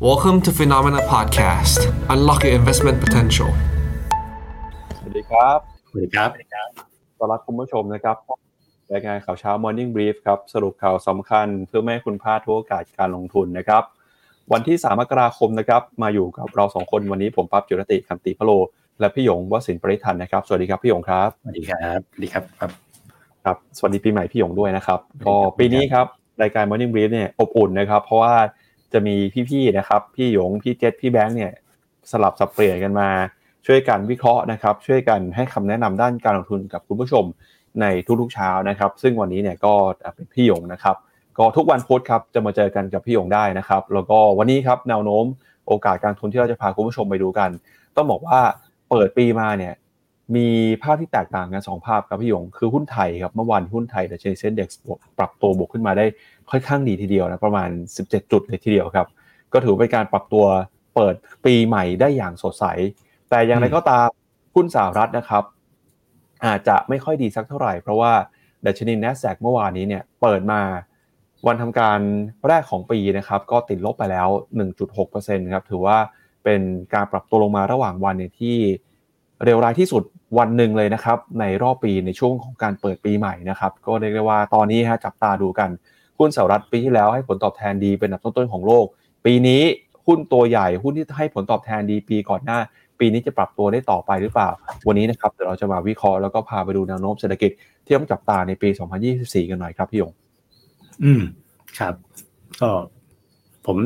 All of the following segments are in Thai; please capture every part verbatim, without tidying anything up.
Welcome to Phenomena Podcast. Unlock your investment potential. สวัสดีครับสวัสดีครับต้อนรับคุณผู้ชมนะครับรายงานข่าวเช้า Morning Brief ครับสรุปข่าวสำคัญเพื่อไม่ให้คุณพลาดทุกโอกาสการลงทุนนะครับวันที่สามมกราคมนะครับมาอยู่กับเราสองคนวันนี้ผมปั๊บจุรติคันติพโลและพี่หยงวสินทร์ปริทันนะครับสวัสดีครับพี่หยงครับสวัสดีครับสวัสดีครับครับครับสวัสดีปีใหม่พี่หยงด้วยนะครับก็ปีนี้ครับรายการ Morning Brief เนี่ยอบอุ่นนะครับเพราะว่าจะมีพี่ๆนะครับพี่หยงพี่เจษพี่แบงค์เนี่ยสลับสับเปลี่ยนกันมาช่วยกันวิเคราะห์นะครับช่วยกันให้คำแนะนำด้านการลงทุนกับคุณผู้ชมในทุกๆเช้านะครับซึ่งวันนี้เนี่ยก็เป็นพี่หยงนะครับก็ทุกวันพุธครับจะมาเจอกันกับพี่หยงได้นะครับแล้วก็วันนี้ครับแนวโน้มโอกาสการลงทุนที่เราจะพาคุณผู้ชมไปดูกันต้องบอกว่าเปิดปีมาเนี่ยมีภาพที่แตกต่างกันสองภาพครับพี่หยงคือหุ้นไทยครับเมื่อวานหุ้นไทยดัชนีเซ็นดี เอ็กซ์ ปรับตัวบวกขึ้นมาได้ค่อนข้างดีทีเดียวนะประมาณสิบเจ็ดจุดเลยทีเดียวครับก็ถือเป็นการปรับตัวเปิดปีใหม่ได้อย่างสดใสแต่อย่างไรก็ตามหุ้นสหรัฐนะครับอาจจะไม่ค่อยดีสักเท่าไหร่เพราะว่าดัชนี NASDAQ เมื่อวานนี้เนี่ยเปิดมาวันทำการแรกของปีนะครับก็ติดลบไปแล้ว หนึ่งจุดหกเปอร์เซ็นต์ ครับถือว่าเป็นการปรับตัวลงมาระหว่างวันเนี่ยที่เร็วรายที่สุดวันหนึ่งเลยนะครับในรอบปีในช่วงของการเปิดปีใหม่นะครับก็เรียกได้ว่าตอนนี้ฮะจับตาดูกันหุ้นสหรัฐปีที่แล้วให้ผลตอบแทนดีเป็นอันดับต้นๆของโลกปีนี้หุ้นตัวใหญ่หุ้นที่ให้ผลตอบแทนดีปีก่อนหน้าปีนี้จะปรับตัวได้ต่อไปหรือเปล่าวันนี้นะครับเดี๋ยวเราจะมาวิเคราะห์แล้วก็พาไปดูแนวโน้มเศรษฐกิจที่ต้องจับตาในปีสองพันยี่สิบสี่กันหน่อยครับพี่หยงอืมครับก็ผม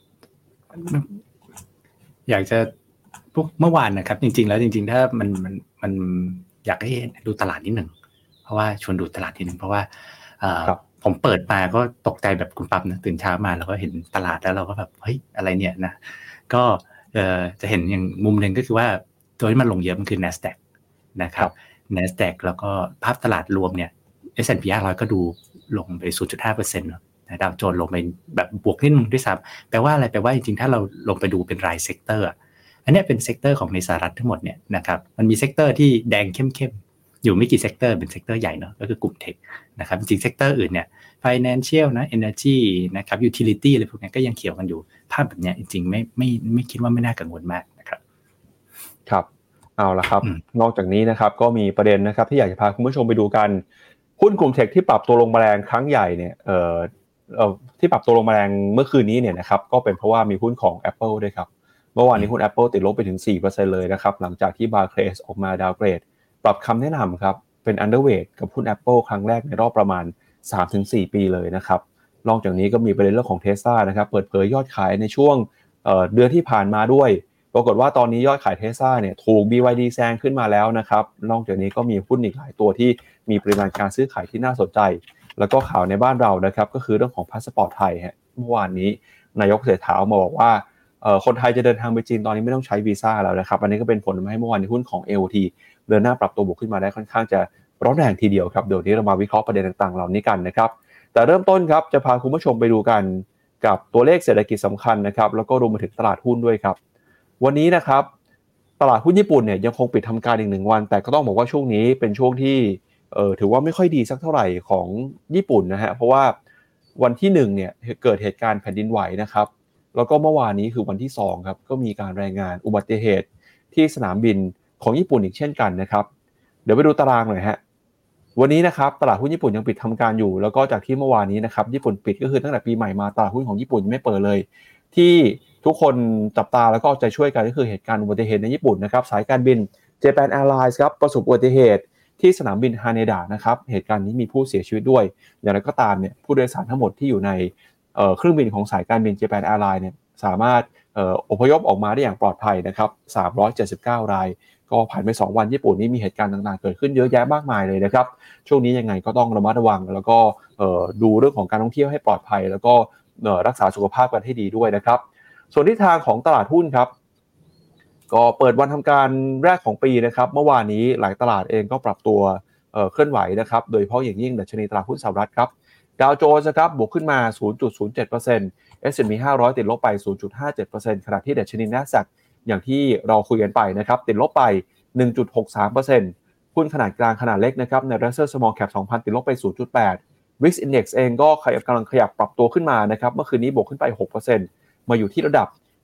อยากจะพวกเมื่อวานนะครับจริงๆแล้วจริงๆถ้ามันมันมันอยากให้ดูตลาดนิดหนึ่งเพราะว่าชวนดูตลาดนิดหนึ่งเพราะว่าผมเปิดมาก็ตกใจแบบคุณปั๊บนะตื่นเช้ามาแล้วก็เห็นตลาดแล้วเราก็แบบเฮ้ยอะไรเนี่ยนะก็เอ่อจะเห็นอย่างมุมนึงก็คือว่าตัวที่มันลงเยอะมันคือ NASDAQ นะครับ NASDAQ แล้วก็ภาพตลาดรวมเนี่ย เอส แอนด์ พี ห้าร้อยก็ดูลงไป ศูนย์จุดห้าเปอร์เซ็นต์ เนาะดาวโจนส์ลงไปแบบบวกนิดนึงด้วยซ้ำแปลว่าอะไรแปลว่าจริงๆถ้าเราลงไปดูเป็นรายเซกเตอร์อันนี้เป็นเซกเตอร์ของในสหรัฐทั้งหมดเนี่ยนะครับมันมีเซกเตอร์ที่แดงเข้มๆอยู่ไม่กี่เซกเตอร์เป็นเซกเตอร์ใหญ่เนาะก็คือกลุ่มเทคนะครับจริงๆเซกเตอร์อื่นเนี่ย financial นะ energy นะครับ utility อะไรพวกนี้ก็ยังเขียวกันอยู่ภาพแบบนี้จริงๆไม่ไม่ไม่คิดว่าไม่น่ากังวลมากนะครับครับเอาละครับนอกจากนี้นะครับก็มีประเด็นนะครับที่อยากจะพาคุณผู้ชมไปดูกันหุ้นกลุ่มเทคที่ปรับตัวลงมาแรงครั้งใหญ่เนี่ยเอ่อเอ่อที่ปรับตัวลงมาแรงเมื่อคืนนี้เนี่ยนะครับก็เป็นเพราะว่ามีหุ้นของ Apple ด้วยครับเมื่อวานนี้หุ้น Apple ติดลบไปถึง สี่เปอร์เซ็นต์ เลยนะครับหลังจากที่ Barclays ออกมาดาวน์เกรดปรับคำแนะนำครับเป็น underweight กับหุ้น Apple ครั้งแรกในรอบประมาณ สามถึงสี่ ปีเลยนะครับนอกจากนี้ก็มีประเด็นเรื่องของ Tesla นะครับเปิดเผยยอดขายในช่วงเอ่อเดือนที่ผ่านมาด้วยปรากฏว่าตอนนี้ยอดขาย Tesla เนี่ยถูก บี วาย ดี แซงขึ้นมาแล้วนะครับนอกจากนี้ก็มีหุ้นอีกหลายตัวที่มีปริมาณการซื้อขายที่น่าสนใจแล้วก็ข่าวในบ้านเรานะครับก็คือเรื่องของพาสปอร์ตไทยฮะเมื่อวานนี้นายกเศรษฐามาบอกว่าเอ่อคนไทยจะเดินทางไปจีนตอนนี้ไม่ต้องใช้วีซ่าแล้วนะครับอันนี้ก็เป็นผลทำให้เมื่อวานนี้หุ้นของ เอ โอ ที เดินหน้าปรับตัวบวกขึ้นมาได้ค่อนข้างจะร้อนแรงทีเดียวครับเดี๋ยวนี้เรามาวิเคราะห์ประเด็นต่างๆเหล่านี้กันนะครับแต่เริ่มต้นครับจะพาคุณผู้ชมไปดูกันกับตัวเลขเศรษฐกิจสำคัญนะครับแล้วก็รวมไปถึงตลาดหุ้นด้วยครับวันนี้นะครับตลาดหุ้นญี่ปุ่นเนี่ยยังคงปิดทำการอีกหนึ่งวันแต่ก็ต้องบอกว่าช่วงนี้เป็นช่วงที่เอ่อถือว่าไม่ค่อยดีสักเท่าไหร่ของญี่ปุ่นนะฮะเพราะว่าวันที่หนึ่งเนี่ยเกิดเหตุการณ์แผ่นดินไหวนะครับแล้วก็เมื่อวานนี้คือวันที่สองครับก็มีการรายงานอุบัติเหตุที่สนามบินของญี่ปุ่นอีกเช่นกันนะครับเดี๋ยวไปดูตารางหน่อยฮะวันนี้นะครับตลาดหุ้นญี่ปุ่นยังปิดทำการอยู่แล้วก็จากที่เมื่อวานนี้นะครับญี่ปุ่นปิดก็คือตั้งแต่ปีใหม่มาตลาดหุ้นของญี่ปุ่นไม่เปิดเลยที่ทุกคนจับตาแล้วก็ใจช่วยกันก็คือเหตุการณ์อุบัติเหตุในญี่ปุ่นนะครับสายการบิน Japan Airlines ครับประสบอุบัติเหตุที่สนามบินฮาเนดะนะครับเหตุการณ์นี้มีผู้เสียชีวิตด้วยอย่างไรก็ตามเนี่ยผู้โดยสารทั้งหมดที่อยู่ในเอ่อเครื่องบินของสายการบิน Japan Airlines เนี่ยสามารถเอ่ออพยพออกมาได้อย่างปลอดภัยนะครับสามร้อยเจ็ดสิบเก้ารายก็ผ่านไปสองวันญี่ปุ่นนี่มีเหตุการณ์ต่างๆเกิดขึ้นเยอะแยะมากมายเลยนะครับช่วงนี้ยังไงก็ต้องระมัดระวังแล้วก็เอ่อดูเรื่องของการท่องเที่ยวให้ปลอดภัยแล้วก็เอ่อรักษาสุขภาพกันให้ดีด้วยนะครับส่วนทิศทางของตลาดหุ้นครับก็เปิดวันทำการแรกของปีนะครับเมื่อวานนี้หลายตลาดเองก็ปรับตัวเอ่อเคลื่อนไหวนะครับโดยเฉพาะอย่างยิ่งดัชนีตลาดหุ้นสหรัฐครับดาวโจนส์นะครับบวกขึ้นมา ศูนย์จุดศูนย์เจ็ดเปอร์เซ็นต์ เอส แอนด์ พี ห้าร้อยติดลบไป ศูนย์จุดห้าเจ็ดเปอร์เซ็นต์ ขณะที่ดัชนี NASDAQ อย่างที่เราคุยกันไปนะครับติดลบไป หนึ่งจุดหกสามเปอร์เซ็นต์ หุ้นขนาดกลางขนาดเล็กนะครับใน Russell Small Cap สองพันติดลบไป ศูนย์จุดแปด วี ไอ เอ็กซ์ Index เองก็ขยับกำลังขยับปรับตัวขึ้นมานะครับเมื่อคืนนี้บวกขึ้นไป หกเปอร์เซ็นต์ มาอยู่ที่ระดับ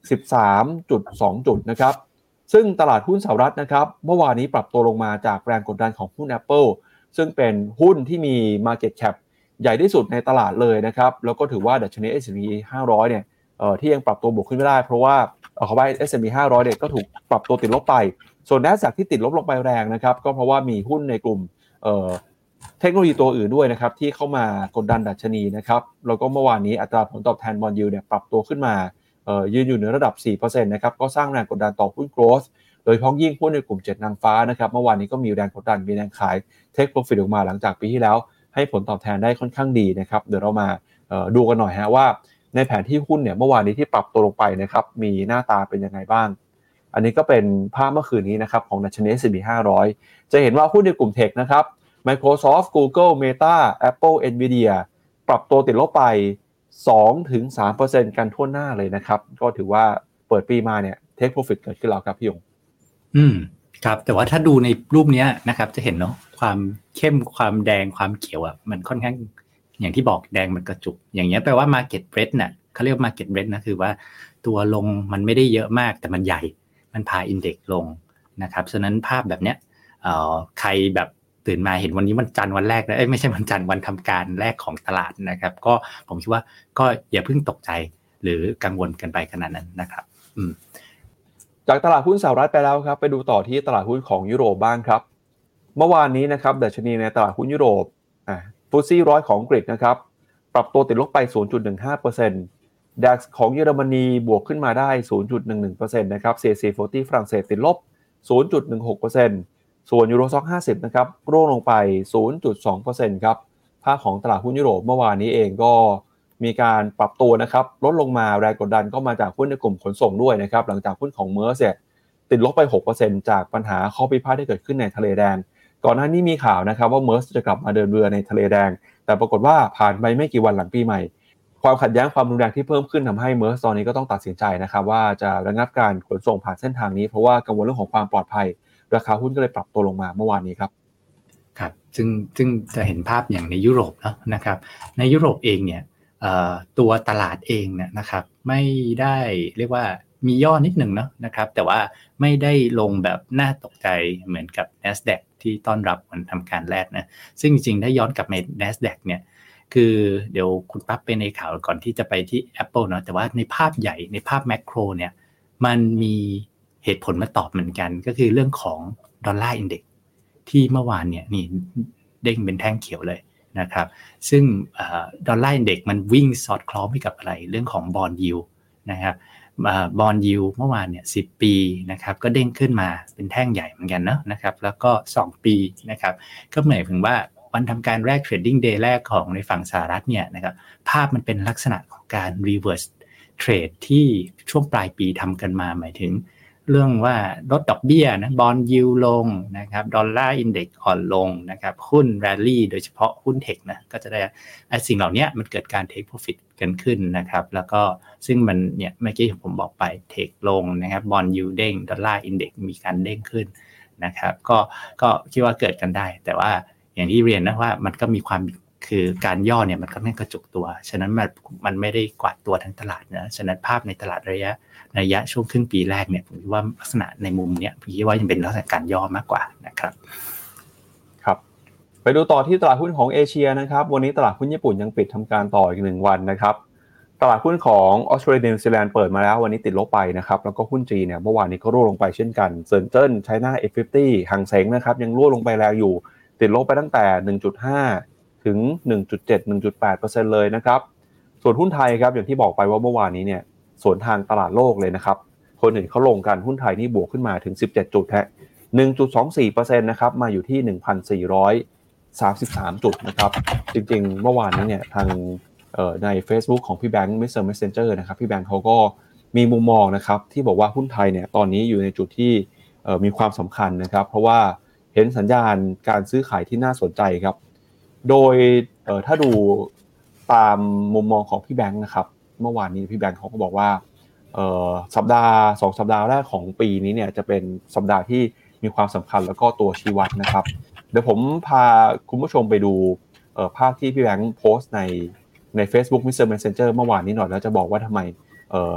สิบสามจุดสอง จุดนะครับซึ่งตลาดหุ้นสหรัฐนะครับเมื่อวานนี้ปรับตัวลงมาจากแรงกดดันของหุ้น Apple ซึ่งเป็นหุ้นที่มี market cap ใหญ่ที่สุดในตลาดเลยนะครับแล้วก็ถือว่าดัชนี เอส แอนด์ พี ห้าร้อยเนี่ยเอ่อที่ยังปรับตัวบวกขึ้นไม่ได้เพราะว่าเอ่อเขาว่า เอส แอนด์ พี ห้าร้อยเนี่ยก็ถูกปรับตัวติดลบไปส่วน NASDAQ ที่ติดลบลงไปแรงนะครับก็เพราะว่ามีหุ้นในกลุ่มเอ่อเทคโนโลยีตัวอื่นด้วยนะครับที่เข้ามากดดันดัชนีนะครับแล้วก็เมื่อวานนี้อัตราผลตอบแทนบอนด์ยิลด์เนี่ยปรับตัวขึ้นมาเอ่อยืนอยู่ในระดับ สี่เปอร์เซ็นต์ นะครับก็สร้างแรงกดดันต่อหุ้น growth โดยเฉพาะยิ่งหุ้นในกลุ่มเจ็ดนางฟ้านะครับเมื่อวานนี้ก็มีแรงกดดันมีแรงขาย take profit ออกมาหลังจากปีที่แล้วให้ผลตอบแทนได้ค่อนข้างดีนะครับเดี๋ยวเรามาเอ่อดูกันหน่อยฮะว่าในแผนที่หุ้นเนี่ยเมื่อวานนี้ที่ปรับตัวลงไปนะครับมีหน้าตาเป็นยังไงบ้างอันนี้ก็เป็นภาพเมื่อคืนนี้นะครับของดัชนี เอส แอนด์ พี ห้าร้อยจะเห็นว่าหุ้นในกลุ่มเทคนะครับ Microsoft Google Meta Apple Nvidia ปรับตัวติดลบไป สองถึงสามเปอร์เซ็นต์ กันทั่วหน้าเลยนะครับก็ถือว่าเปิดปีมาเนี่ย take profit เกิดขึ้นแล้วครับพี่ยงอืมครับแต่ว่าถ้าดูในรูปนี้นะครับจะเห็นเนาะความเข้มความแดงความเขียวอ่ะมันค่อนข้างอย่างที่บอกแดงมันกระจุกอย่างเงี้ยแปลว่า market breadth น่ะเขาเรียกว่า market breadth นะคือว่าตัวลงมันไม่ได้เยอะมากแต่มันใหญ่มันพา index ลงนะครับฉะนั้นภาพแบบเนี้ยเอ่อใครแบบตื่นมาเห็นวันนี้วันจันทร์วันแรกนะเอ้ยไม่ใช่วันจันทร์วันทำการแรกของตลาดนะครับก็ผมคิดว่าก็อย่าเพิ่งตกใจหรือกังวลกันไปขนาดนั้นนะครับอืมจากตลาดหุ้นสหรัฐไปแล้วครับไปดูต่อที่ตลาดหุ้นของยุโรปบ้างครับเมื่อวานนี้นะครับดัชนีในตลาดหุ้นยุโรปอ่ะฟุตซี่ร้อยของอังกฤษนะครับปรับตัวติดลบไป ศูนย์จุดหนึ่งห้าเปอร์เซ็นต์ ดัค ของเยอรมนีบวกขึ้นมาได้ ศูนย์จุดหนึ่งหนึ่งเปอร์เซ็นต์ นะครับ ซี เอ ซี สี่สิบฝรั่งเศสติดลบ ศูนย์จุดหนึ่งหกเปอร์เซ็นต์ ส่วนยูโรซ็อกห้าสิบนะครับร่วงลงไป ศูนย์จุดสองเปอร์เซ็นต์ ครับภาพของตลาดหุ้นยุโรปเมื่อวานนี้เองก็มีการปรับตัวนะครับลดลงมาแรงกดดันก็มาจากหุ้นในกลุ่มขนส่งด้วยนะครับหลังจากหุ้นของเมอร์สเนี่ยติดลบไป หกเปอร์เซ็นต์ จากปัญหาข้อพิพาทที่เกิดขึ้นในทะเลแดงก่อนหน้านี้มีข่าวนะครับว่าเมอร์สจะกลับมาเดินเรือในทะเลแดงแต่ปรากฏว่าผ่านไปไม่กี่วันหลังปีใหม่ความขัดแย้งความรุนแรงที่เพิ่มขึ้นทำให้เมอร์สตอนนี้ก็ต้องตัดสินใจนะครับว่าจะระงับการขนส่งผ่านเส้นทางนี้เพราะว่ากังวลเรื่องของความปลอดภัยราคาหุ้นก็เลยปรับตัวลงมาเมื่อวานนี้ครับครับซึ่งซึ่งจะเห็นภาพอย่างในยุโรปแล้วนะครับในยุโรปเองเนี่ยตัวตลาดเองเนี่ยนะครับไม่ได้เรียกว่ามีย่อนิดหนึ่งเนาะนะครับแต่ว่าไม่ได้ลงแบบน่าตกใจเหมือนกับ NASDAQ ที่ต้อนรับวันทำการแรกนะซึ่งจริงๆถ้าย้อนกลับมา NASDAQ เนี่ยคือเดี๋ยวคุณปั๊บไปในข่าวก่อนที่จะไปที่ Apple เนาะแต่ว่าในภาพใหญ่ในภาพแมคโครเนี่ยมันมีเหตุผลมาตอบเหมือนกันก็คือเรื่องของดอลลาร์อินเด็กซ์ที่เมื่อวานเนี่ยนี่เด้งเป็นแท่งเขียวเลยนะครับซึ่งดอลลาร์อินเด็กซ์มันวิ่งสอดคล้องไปกับอะไรเรื่องของบอนด์ยิลด์นะครับบอนด์ยิลด์เมื่อวานเนี่ยสิบปีนะครับก็เด้งขึ้นมาเป็นแท่งใหญ่เหมือนกันเนาะนะครับแล้วก็สองปีนะครับก็หมายถึงว่าวันทำการแรก trading day แรกของในฝั่งสหรัฐเนี่ยนะครับภาพมันเป็นลักษณะของการ reverse trade ที่ช่วงปลายปีทำกันมาหมายถึงเรื่องว่าลดดอกเบี้ยนะบอนด์ยิลด์ลงนะครับดอลลาร์อินเด็กซ์อ่อนลงนะครับหุ้นแรลลี่โดยเฉพาะหุ้นเทคนะก็จะได้ไอ้สิ่งเหล่านี้มันเกิดการ take profit กันขึ้นนะครับแล้วก็ซึ่งมันเนี่ยเมื่อกี้ผมบอกไปเทคลงนะครับบอนด์ยิลด์เด้งดอลลาร์อินเด็กซ์มีการเด้งขึ้นนะครับก็ก็คิดว่าเกิดกันได้แต่ว่าอย่างที่เรียนนะว่ามันก็มีความคือการย่อเนี่ยมันก็ไม่กระจุกตัวฉะนั้นมันมันไม่ได้กวาดตัวทั้งตลาดนะฉะนั้นภาพในตลาดระยะระยะช่วงครึ่งปีแรกเนี่ยผมคิดว่าลักษณะในมุมเนี้ยผมคิดว่ายังเป็นลักษณะการย่อมากกว่านะครับครับไปดูต่อที่ตลาดหุ้นของเอเชียนะครับวันนี้ตลาดหุ้นญี่ปุ่นยังปิดทำการต่ออีกหนึ่งวันนะครับตลาดหุ้นของออสเตรเลียนิวซีแลนด์เปิดมาแล้ววันนี้ติดลบไปนะครับแล้วก็หุ้นจีนเนี่ยเมื่อวานนี้ก็ร่วงลงไปเช่นกันเซินเจิ้นไชน่า เอฟ ห้าสิบ หังเส็งนะครับยังร่วงลงไปแรงอยู่ติดลบไปตั้งแต่ หนึ่งจุดห้า ถึง หนึ่งจุดเจ็ด หนึ่งจุดแปดเปอร์เซ็นต์ เลยนะครับส่วนหุ้นไทยครับอย่างที่บอกไปว่าเมื่อวานนี้เนี่ยสวนทางตลาดโลกเลยนะครับคนอื่นเขาลงกันหุ้นไทยนี่บวกขึ้นมาถึงสิบเจ็ดจุดฮะ หนึ่งจุดสองสี่เปอร์เซ็นต์ นะครับมาอยู่ที่ หนึ่งพันสี่ร้อยสามสิบสาม จุดนะครับจริงๆเมื่อวานนี้เนี่ยทางเอ่อใน Facebook ของพี่แบงค์ มิสเตอร์ Messenger นะครับพี่แบงค์เขาก็มีมุมมองนะครับที่บอกว่าหุ้นไทยเนี่ยตอนนี้อยู่ในจุดที่เอ่อมีความสำคัญนะครับเพราะว่าเห็นสัญญาณการซื้อขายที่น่าสนใจครับโดยเอ่อถ้าดูตามมุมมองของพี่แบงค์นะครับเมื่อวานนี้พี่แบงค์เขาก็บอกว่าเอ่อสัปดาห์สองสัปดาห์แรกของปีนี้เนี่ยจะเป็นสัปดาห์ที่มีความสำคัญแล้วก็ตัวชี้วัดนะครับเดี๋ยวผมพาคุณผู้ชมไปดูเอ่อภาพที่พี่แบงค์โพสต์ในใน Facebook มิสเตอร์ Messenger เมื่อวานนี้หน่อยแล้วจะบอกว่าทำไมเอ่อ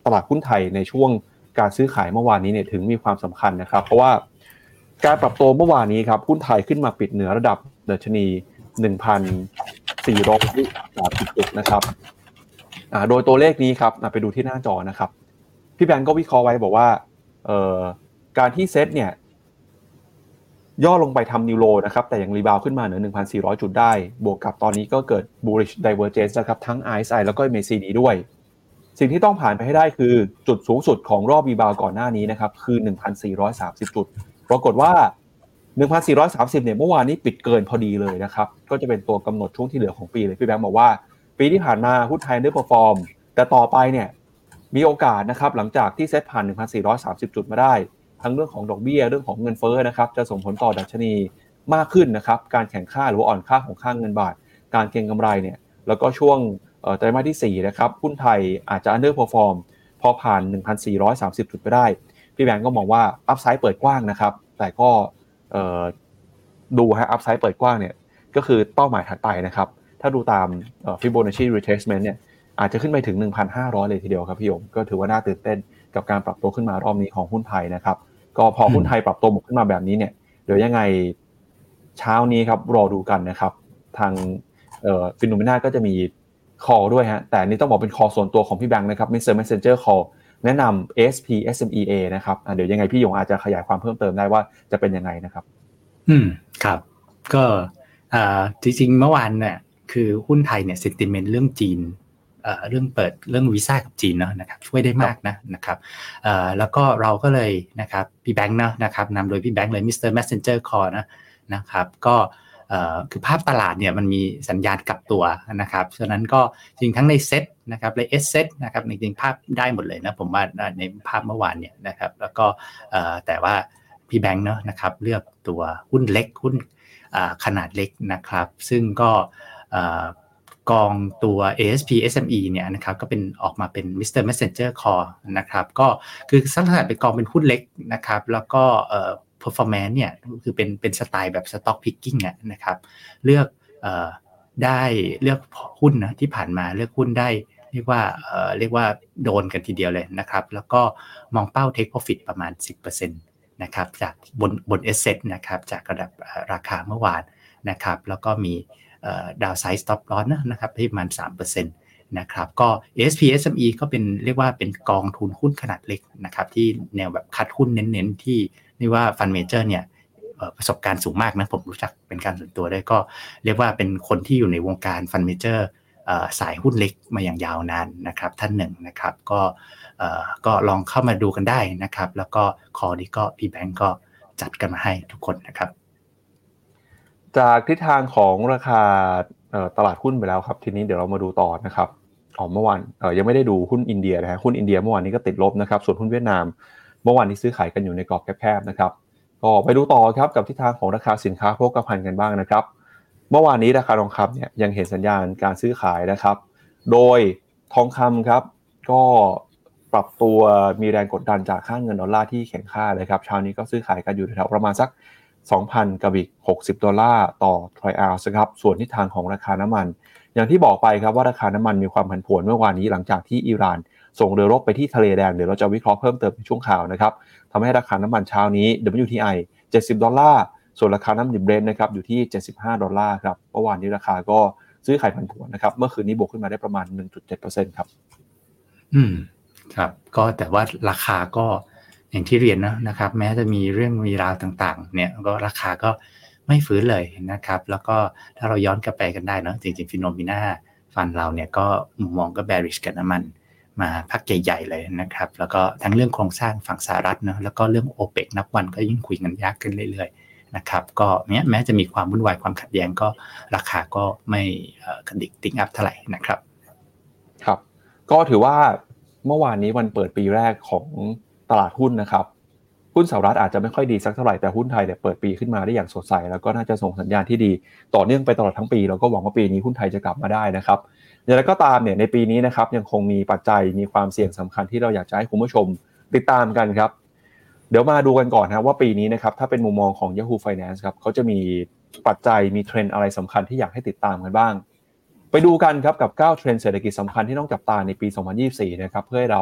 ตลาดหุ้นไทยในช่วงการซื้อขายเมื่อวานนี้เนี่ยถึงมีความสำคัญนะครับเพราะว่าการปรับตัวเมื่อวานนี้ครับหุ้นไทยขึ้นมาปิดเหนือระดับดัชนี หนึ่งพันสี่ร้อยสามสิบ จุดนะครับอ่าโดยตัวเลขนี้ครับไปดูที่หน้าจอนะครับพี่แบงก์ก็วิเคราะห์ไว้บอกว่าเอ่อการที่เซ็ตเนี่ยย่อลงไปทำนิวโลนะครับแต่ยังรีบาวขึ้นมาเหนือ หนึ่งพันสี่ร้อย จุดได้บวกกับตอนนี้ก็เกิด bullish divergence นะครับทั้ง อาร์ เอส ไอ แล้วก็ เอ็ม เอ ซี ดี ด้วยสิ่งที่ต้องผ่านไปให้ได้คือจุดสูงสุดของรอบรีบาวก่อนหน้านี้นะครับคือ หนึ่งพันสี่ร้อยสามสิบ จุดปรากฏว่า หนึ่งพันสี่ร้อยสามสิบ เนี่ยเมื่อวานนี้ปิดเกินพอดีเลยนะครับก็จะเป็นตัวกำหนดช่วงที่เหลือของปีเลยพี่แบงค์บอกว่าปีที่ผ่านมาหุ้นไทยได้เพอร์ฟอร์มแต่ต่อไปเนี่ยมีโอกาสนะครับหลังจากที่เซ็ตผ่าน หนึ่งพันสี่ร้อยสามสิบ จุดมาได้ทั้งเรื่องของดอกเบี้ยเรื่องของเงินเฟ้อนะครับจะส่งผลต่อดัชนีมากขึ้นนะครับการแข่งข้าหรือว่าอ่อนค่าของค่าเงินบาทการเก็งกำไรเนี่ยแล้วก็ช่วงไตรมาสที่สี่นะครับหุ้นไทยอาจจะอันเดอร์เพอร์ฟอร์มพอผ่าน หนึ่งพันสี่ร้อยสามสิบ จุดไปได้พี่แบงก์ก็มองว่าอัพไซด์เปิดกว้างนะครับแต่ก็ดูฮะอัพไซด์เปิดกว้างเนี่ยก็คือเป้าหมายถัดไปนะครับถ้าดูตาม Fibonacci retracement เนี่ยอาจจะขึ้นไปถึง หนึ่งพันห้าร้อย เลยทีเดียวครับพี่โยมก็ถือว่าน่าตื่นเต้นกับการปรับตัวขึ้นมารอบนี้ของหุ้นไทยนะครับก็พอหุ้นไทยปรับตัวบวกขึ้นมาแบบนี้เนี่ยเดี๋ยวยังไงเช้านี้ครับรอดูกันนะครับทางเอ่อ Phenomena ก็จะมี call ด้วยฮะแต่นี่ต้องบอกเป็น call ส่วนตัวของพี่แบงค์นะครับ มิสเตอร์ Messenger Call แนะนำ เอ เอส พี เอส เอ็ม อี เอ นะครับเดี๋ยวยังไงพี่ยงอาจจะขยายความเพิ่มเติมได้ว่าจะเป็นยังไงนะครับอืมครับก็อ่าจริงๆเมื่อวานเนี่ยคือหุ้นไทยเนี่ย sentiment เรื่องจีนเอ่อเรื่องเปิดเรื่องวีซ่ากับจีนเนาะนะครับช่วยได้มากนะนะครับเอ่อแล้วก็เราก็เลยนะครับพี่แบงค์เนาะนะครับนำโดยพี่แบงค์เลย มิสเตอร์ Messenger Call นะนะครับก็เอ่อคือภาพตลาดเนี่ยมันมีสัญญาณกลับตัวนะครับฉะนั้นก็จริงทั้งในเซ็ตนะครับใน S เซ็ตนะครับจริงๆภาพได้หมดเลยนะผมว่าในภาพเมื่อวานเนี่ยนะครับแล้วก็เอ่อแต่ว่าพี่แบงค์เนาะนะครับเลือกตัวหุ้นเล็กหุ้นขนาดเล็กนะครับซึ่งก็กองตัว เอ เอส พี เอส เอ็ม อี เนี่ยนะครับก็เป็นออกมาเป็น มิสเตอร์ Messenger Call นะครับก็คือลักษณะเป็นกองเป็นหุ้นเล็กนะครับแล้วก็เอ่อ performance เนี่ยคือเป็นเป็นสไตล์แบบ stock picking อ่ะนะครับเลือกเอ่อได้เลือกหุ้นนะที่ผ่านมาเลือกหุ้นได้เรียกว่าเอ่อเรียกว่าโดนกันทีเดียวเลยนะครับแล้วก็มองเป้า take profit ประมาณ สิบเปอร์เซ็นต์ นะครับจากบนบน asset นะครับจากระดับราคาเมื่อวานนะครับแล้วก็มีดาวไซด์ stop loss นะครับที่ประมาณ สามเปอร์เซ็นต์ นะครับก็ เอ เอส พี เอส เอ็ม อี ก็เป็นเรียกว่าเป็นกองทุนหุ้นขนาดเล็กนะครับที่แนวแบบคัดหุ้นเน้นๆที่เรียกว่า Fund Manager เนี่ยประสบการณ์สูงมากนะผมรู้จักเป็นการส่วนตัวด้วยก็เรียกว่าเป็นคนที่อยู่ในวงการ Fund Manager สายหุ้นเล็กมาอย่างยาวนานนะครับท่านหนึ่งนะครับก็ก็ลองเข้ามาดูกันได้นะครับแล้วก็คอนี้ก็พี่แบงก์ก็จัดกันมาให้ทุกคนนะครับจากทิศทางของราคาตลาดหุ้นไปแล้วครับทีนี้เดี๋ยวเรามาดูต่อนะครับอ๋อเมื่อวานเอ่อยังไม่ได้ดูหุ้นอินเดียนะฮะหุ้นอินเดียเมื่อวานนี้ก็ติดลบนะครับส่วนหุ้นเวียดนามเมื่อวานนี้ซื้อขายกันอยู่ในกรอบแคบๆนะครับก็ไปดูต่อครับกับทิศทางของราคาสินค้าโภคภัณฑ์กันบ้างนะครับเมื่อวานนี้ราคาทองคำเนี่ยยังเห็นสัญญาณการซื้อขายนะครับโดยทองคำครับก็ปรับตัวมีแรงกดดันจากค่าเงินดอลลาร์ที่แข็งค่าเลยครับเช้านี้ก็ซื้อขายกันอยู่แถวประมาณสักสองพัน กับอีกหกสิบดอลลาร์ต่อทรอยออนซ์ครับส่วนทิศทางของราคาน้ำมันอย่างที่บอกไปครับว่าราคาน้ำมันมีความผันผวนเมื่อวานนี้หลังจากที่อิหร่านส่งเรือรบไปที่ทะเลแดงเดี๋ยวเราจะวิเคราะห์เพิ่มเติมในช่วงข่าวนะครับทำให้ราคาน้ำมันเช้านี้ ดับเบิลยู ที ไอ เจ็ดสิบดอลลาร์ส่วนราคาน้ำดิบเบรนท์นะครับอยู่ที่เจ็ดสิบห้าดอลลาร์ครับเมื่อวานนี้ราคาก็ซื้อขายผันผวนนะครับเมื่อคืนนี้บวกขึ้นมาได้ประมาณ หนึ่งจุดเจ็ดเปอร์เซ็นต์ ครับอืมครับก็แต่ว่าราคาก็อย่างที่เรียนนะนะครับแม้จะมีเรื่องมีราวต่างๆเนี่ยก็ราคาก็ไม่ฟื้นเลยนะครับแล้วก็ถ้าเราย้อนกลับไปกันได้เนาะจริงๆ Phenomena ฟันเราเนี่ยก็มุมมองก็ bearish กับน้ำมันมาพักใหญ่ๆเลยนะครับแล้วก็ทั้งเรื่องโครงสร้างฝั่งสหรัฐเนาะแล้วก็เรื่อง โอเปก นับวันก็ยิ่งคุยกันยากขึ้นเรื่อยๆนะครับก็แม้แม้จะมีความวุ่นวายความขัดแย้งก็ราคาก็ไม่กระดิกติ๊กอัพเท่าไหร่นะครับครับก็ถือว่าเมื่อวานนี้วันเปิดปีแรกของตลาดหุ้นนะครับหุ้นสหรัฐอาจจะไม่ค่อยดีสักเท่าไหร่แต่หุ้นไทยเนี่ยเปิดปีขึ้นมาได้อย่างสดใสแล้วก็น่าจะส่งสัญญาณที่ดีต่อเนื่องไปตลอดทั้งปีแล้วก็หวังว่าปีนี้หุ้นไทยจะกลับมาได้นะครับอย่างไรก็ตามเนี่ยในปีนี้นะครับยังคงมีปัจจัยมีความเสี่ยงสำคัญที่เราอยากจะให้คุณผู้ชมติดตามกันครับเดี๋ยวมาดูกันก่อนนะว่าปีนี้นะครับถ้าเป็นมุมมองของ Yahoo Finance ครับเขาจะมีปัจจัยมีเทรนด์อะไรสำคัญที่อยากให้ติดตามกันบ้างไปดูกันครับกับเก้าเทรนด์เศรษฐกิจสำคัญที่ต้องจับตาในปีสองพันยี่สิบสี่นะครับเพื่อให้เรา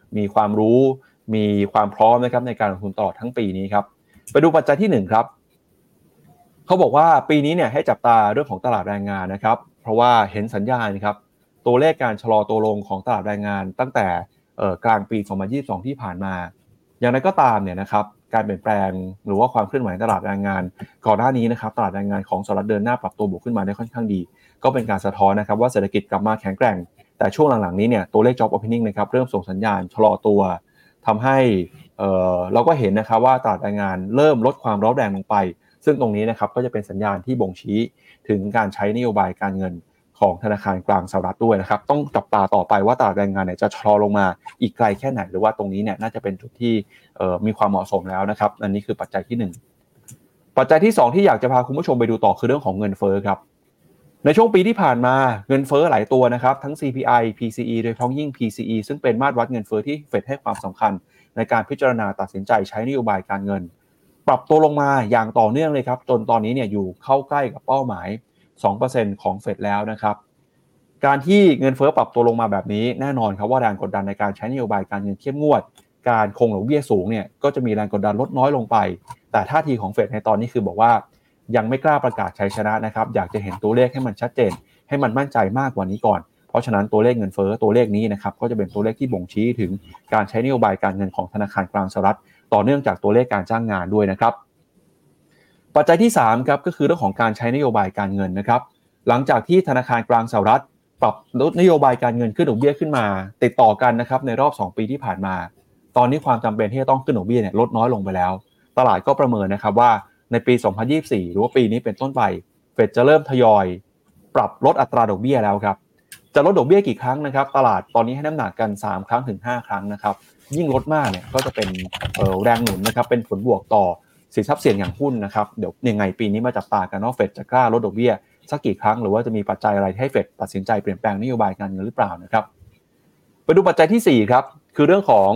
มีความรู้มีความพร้อมนะครับในการลงทุนตลอดทั้งปีนี้ครับไปดูปัจจัยที่หนึ่งครับเขาบอกว่าปีนี้เนี่ยให้จับตาเรื่องของตลาดแรงงานนะครับเพราะว่าเห็นสัญญาณครับตัวเลขการชะลอตัวลงของตลาดแรงงานตั้งแต่กลางปีสองพันยี่สิบสองที่ผ่านมาอย่างไรก็ตามเนี่ยนะครับการเปลี่ยนแปลงหรือว่าความเคลื่อนไหวในตลาดแรงงานก่อนหน้านี้นะครับตลาดแรงงานของสหรัฐเดินหน้าปรับตัวบวกขึ้นมาได้ค่อนข้างดีก็เป็นการสะท้อนนะครับว่าเศรษฐกิจกลับมาแข็งแกร่งแต่ช่วงหลังๆนี้เนี่ยตัวเลข job opening นะครับเริ่มส่งสัญญาณชะลอตัวทำให้เอ่อเราก็เห็นนะครับว่าตลาดแรงงานเริ่มลดความร้อนแรงลงไปซึ่งตรงนี้นะครับก็จะเป็นสัญญาณที่บ่งชี้ถึงการใช้นโยบายการเงินของธนาคารกลางสหรัฐด้วยนะครับต้องจับตาต่อไปว่าตลาดแรงงานเนี่ยจะชะลอลงมาอีกไกลแค่ไหนหรือว่าตรงนี้เนี่ยน่าจะเป็นจุดที่เอ่อมีความเหมาะสมแล้วนะครับอันนี้คือปัจจัยที่หนึ่งปัจจัยที่สองที่อยากจะพาคุณผู้ชมไปดูต่อคือเรื่องของเงินเฟ้อครับในช่วงปีที่ผ่านมาเงินเฟ้อหลายตัวนะครับทั้ง ซี พี ไอ พี ซี อี โดยเฉพาะยิ่ง พี ซี อี ซึ่งเป็นมาตรวัดเงินเฟ้อที่เฟดให้ความสำคัญในการพิจารณาตัดสินใจใช้นโยบายการเงินปรับตัวลงมาอย่างต่อเนื่องเลยครับจนตอนนี้เนี่ยอยู่เข้าใกล้กับเป้าหมาย สองเปอร์เซ็นต์ ของเฟดแล้วนะครับการที่เงินเฟ้อปรับตัวลงมาแบบนี้แน่นอนครับว่าแรงกดดันในการใช้นโยบายการเงินเข้มงวดการคงดอกเบี้ยสูงเนี่ยก็จะมีแรงกดดันลดน้อยลงไปแต่ท่าทีของเฟดในตอนนี้คือบอกว่ายังไม่กล้าประกาศชัยชนะนะครับอยากจะเห็นตัวเลขให้มันชัดเจนให้มันมั่นใจมากกว่านี้ก่อนเพราะฉะนั้นตัวเลขเงินเฟ้อตัวเลขนี้นะครับก็จะเป็นตัวเลขที่บ่งชี้ถึงการใช้นโยบายการเงินของธนาคารกลางสหรัฐต่อเนื่องจากตัวเลขการจ้างงานด้วยนะครับปัจจัยที่สามครับก็คือเรื่องของการใช้นโยบายการเงินนะครับหลังจากที่ธนาคารกลางสหรัฐปรับลดนโยบายการเงินขึ้นดอกเบี้ยขึ้นมาติดต่อกันนะครับในรอบสองปีที่ผ่านมาตอนนี้ความจำเป็นที่จะต้องขึ้นดอกเบี้ยเนี่ยลดน้อยลงไปแล้วตลาดก็ประเมินนะครับว่าในปีสองพันยี่สิบสี่หรือว่าปีนี้เป็นต้นไปเฟดจะเริ่มทยอยปรับลดอัตราดอกเบี้ยแล้วครับจะลดดอกเบี้ยกี่ครั้งนะครับตลาดตอนนี้ให้น้ำหนักกันสามครั้งถึงห้าครั้งนะครับยิ่งลดมากเนี่ยก็จะเป็นเอ่อแรงหนุนนะครับเป็นผลบวกต่อสินทรัพย์เสี่ยงอย่างหุ้นนะครับเดี๋ยวยังไงปีนี้มาจับตากันว่าเฟดจะกล้าลดดอกเบี้ยสักกี่ครั้งหรือว่าจะมีปัจจัยอะไรให้เฟดตัดสินใจเปลี่ยนแปลงนโยบายการเงินหรือเปล่านะครับไปดูปัจจัยที่สี่ครับคือเรื่องของ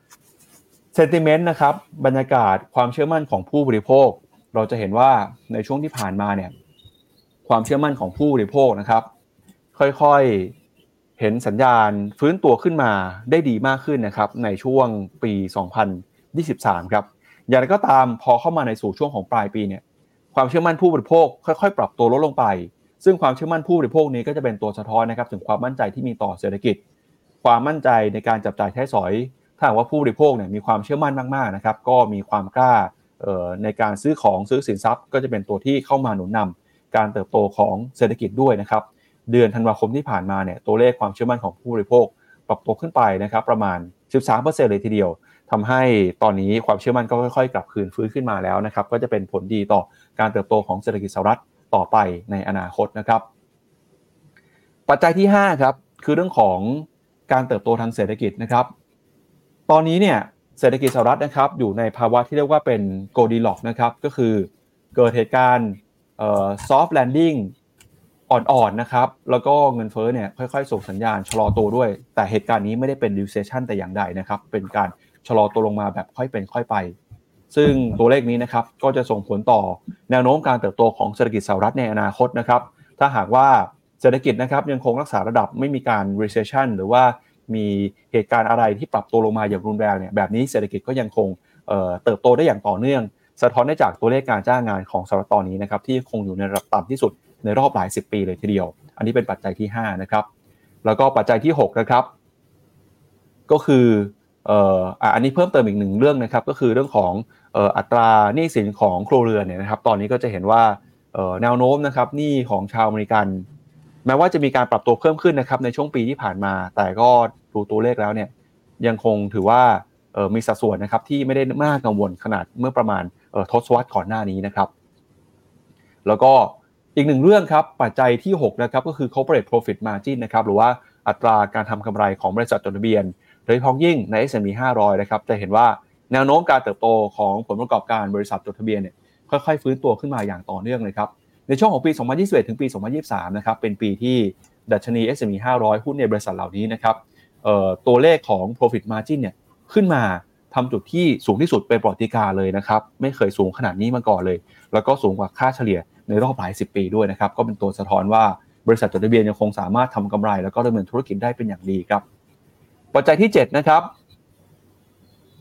sentiment นะครับบรรยากาศความเชื่อมั่นของผู้บริโภคเราจะเห็นว่าในช่วงที่ผ่านมาเนี่ยความเชื่อมั่นของผู้บริโภคนะครับค่อยๆเห็นสัญญาณฟื้นตัวขึ้นมาได้ดีมากขึ้นนะครับในช่วงปีสองพันยี่สิบสามครับอย่างไรก็ตามพอเข้ามาในสู่ช่วงของปลายปีเนี่ยความเชื่อมั่นผู้บริโภคค่อยๆปรับตัวลดลงไปซึ่งความเชื่อมั่นผู้บริโภคนี้ก็จะเป็นตัวสะท้อนนะครับถึงความมั่นใจที่มีต่อเศรษฐกิจความมั่นใจในการจับจ่ายใช้สอยถ้าหากว่าผู้บริโภคเนี่ยมีความเชื่อมั่นมากๆนะครับก็มีความกล้าในการซื้อของซื้อสินทรัพย์ก็จะเป็นตัวที่เข้ามาหนุนนำการเติบโตของเศรษฐกิจด้วยนะครับเดือนธันวาคมที่ผ่านมาเนี่ยตัวเลขความเชื่อมั่นของผู้บริโภคปรับตัวขึ้นไปนะครับประมาณ สิบสามเปอร์เซ็นต์ เลยทีเดียวทำให้ตอนนี้ความเชื่อมั่นก็ค่อยๆกลับคืนฟื้นขึ้นมาแล้วนะครับก็จะเป็นผลดีต่อการเติบโตของเศรษฐกิจสหรัฐต่อไปในอนาคตนะครับปัจจัยที่ห้าครับคือเรื่องของการเติบโตทางเศรษฐกิจนะครับตอนนี้เนี่ยเศรษฐกิจสหรัฐนะครับอยู่ในภาวะที่เรียกว่าเป็น Goldilocks นะครับก็คือเกิดเหตุการณ์เอ่อ soft landing อ่อนๆนะครับแล้วก็เงินเฟ้อเนี่ยค่อยๆส่งสัญญาณชะลอตัวด้วยแต่เหตุการณ์นี้ไม่ได้เป็น recession แต่อย่างใดนะครับเป็นการชะลอตัวลงมาแบบค่อยเป็นค่อยไปซึ่งตัวเลขนี้นะครับก็จะส่งผลต่อแนวโน้มการเติบโตของเศรษฐกิจสหรัฐในอนาคตนะครับถ้าหากว่าเศรษฐกิจนะครับยังคงรักษาระดับไม่มีการ recession หรือว่ามีเหตุการณ์อะไรที่ปรับตัวลงมาอย่างรุนแรงเนี่ยแบบนี้เศรษฐกิจก็ยังคงเอ่อเติบโตได้อย่างต่อเนื่องสะท้อนได้จากตัวเลขการจ้างงานของสหรัฐตอนนี้นะครับที่คงอยู่ในระดับต่ำที่สุดในรอบหลายสิบปีเลยทีเดียวอันนี้เป็นปัจจัยที่ห้านะครับแล้วก็ปัจจัยที่หกนะครับก็คือเอ่ออันนี้เพิ่มเติมอีกหนึ่งเรื่องนะครับก็คือเรื่องของเอ่ออัตราหนี้สินของครัวเรือนเนี่ยนะครับตอนนี้ก็จะเห็นว่าเอ่อแนวโน้มนะครับหนี้ของชาวอเมริกันแม้ว่าจะมีการปรับตัวเพิ่มขึ้นนะครับในช่วงปีที่ผ่านมาแต่ก็ดูตัวเลขแล้วเนี่ยยังคงถือว่าเอ่อมีสัดส่วนนะครับที่ไม่ได้น่ากังวลขนาดเมื่อประมาณเอ่อทศวรรษก่อนหน้านี้นะครับแล้วก็อีกหนึ่งเรื่องครับปัจจัยที่หกนะครับก็คือ corporate profit margin นะครับหรือว่าอัตราการทำกำไรของบริษัทจดทะเบียนโดยเฉพาะยิ่งใน เอส แอนด์ พี ห้าร้อยนะครับจะเห็นว่าแนวโน้มการเติบโตของผลประกอบการบริษัทจดทะเบียนเนี่ยค่อยๆฟื้นตัวขึ้นมาอย่างต่อเนื่องเลยครับในช่วงของปีสองพันยี่สิบเอ็ดถึงปีสองพันยี่สิบสามนะครับเป็นปีที่ดัชนี เอส แอนด์ พี ห้าร้อยหุ้นในบริษัทเหล่านี้นะครับเอ่อตัวเลขของ profit margin เนี่ยขึ้นมาทำจุดที่สูงที่สุดเป็นประวัติการณ์เลยนะครับไม่เคยสูงขนาดนี้มาก่อนเลยแล้วก็สูงกว่าค่าเฉลี่ยในรอบหลายสิบปีด้วยนะครับก็เป็นตัวสะท้อนว่าบริษัทจดทะเบียนยังคงสามารถทำกำไรแล้วก็ดำเนินธุรกิจได้เป็นอย่างดีครับปัจจัยที่เจ็ดนะครับ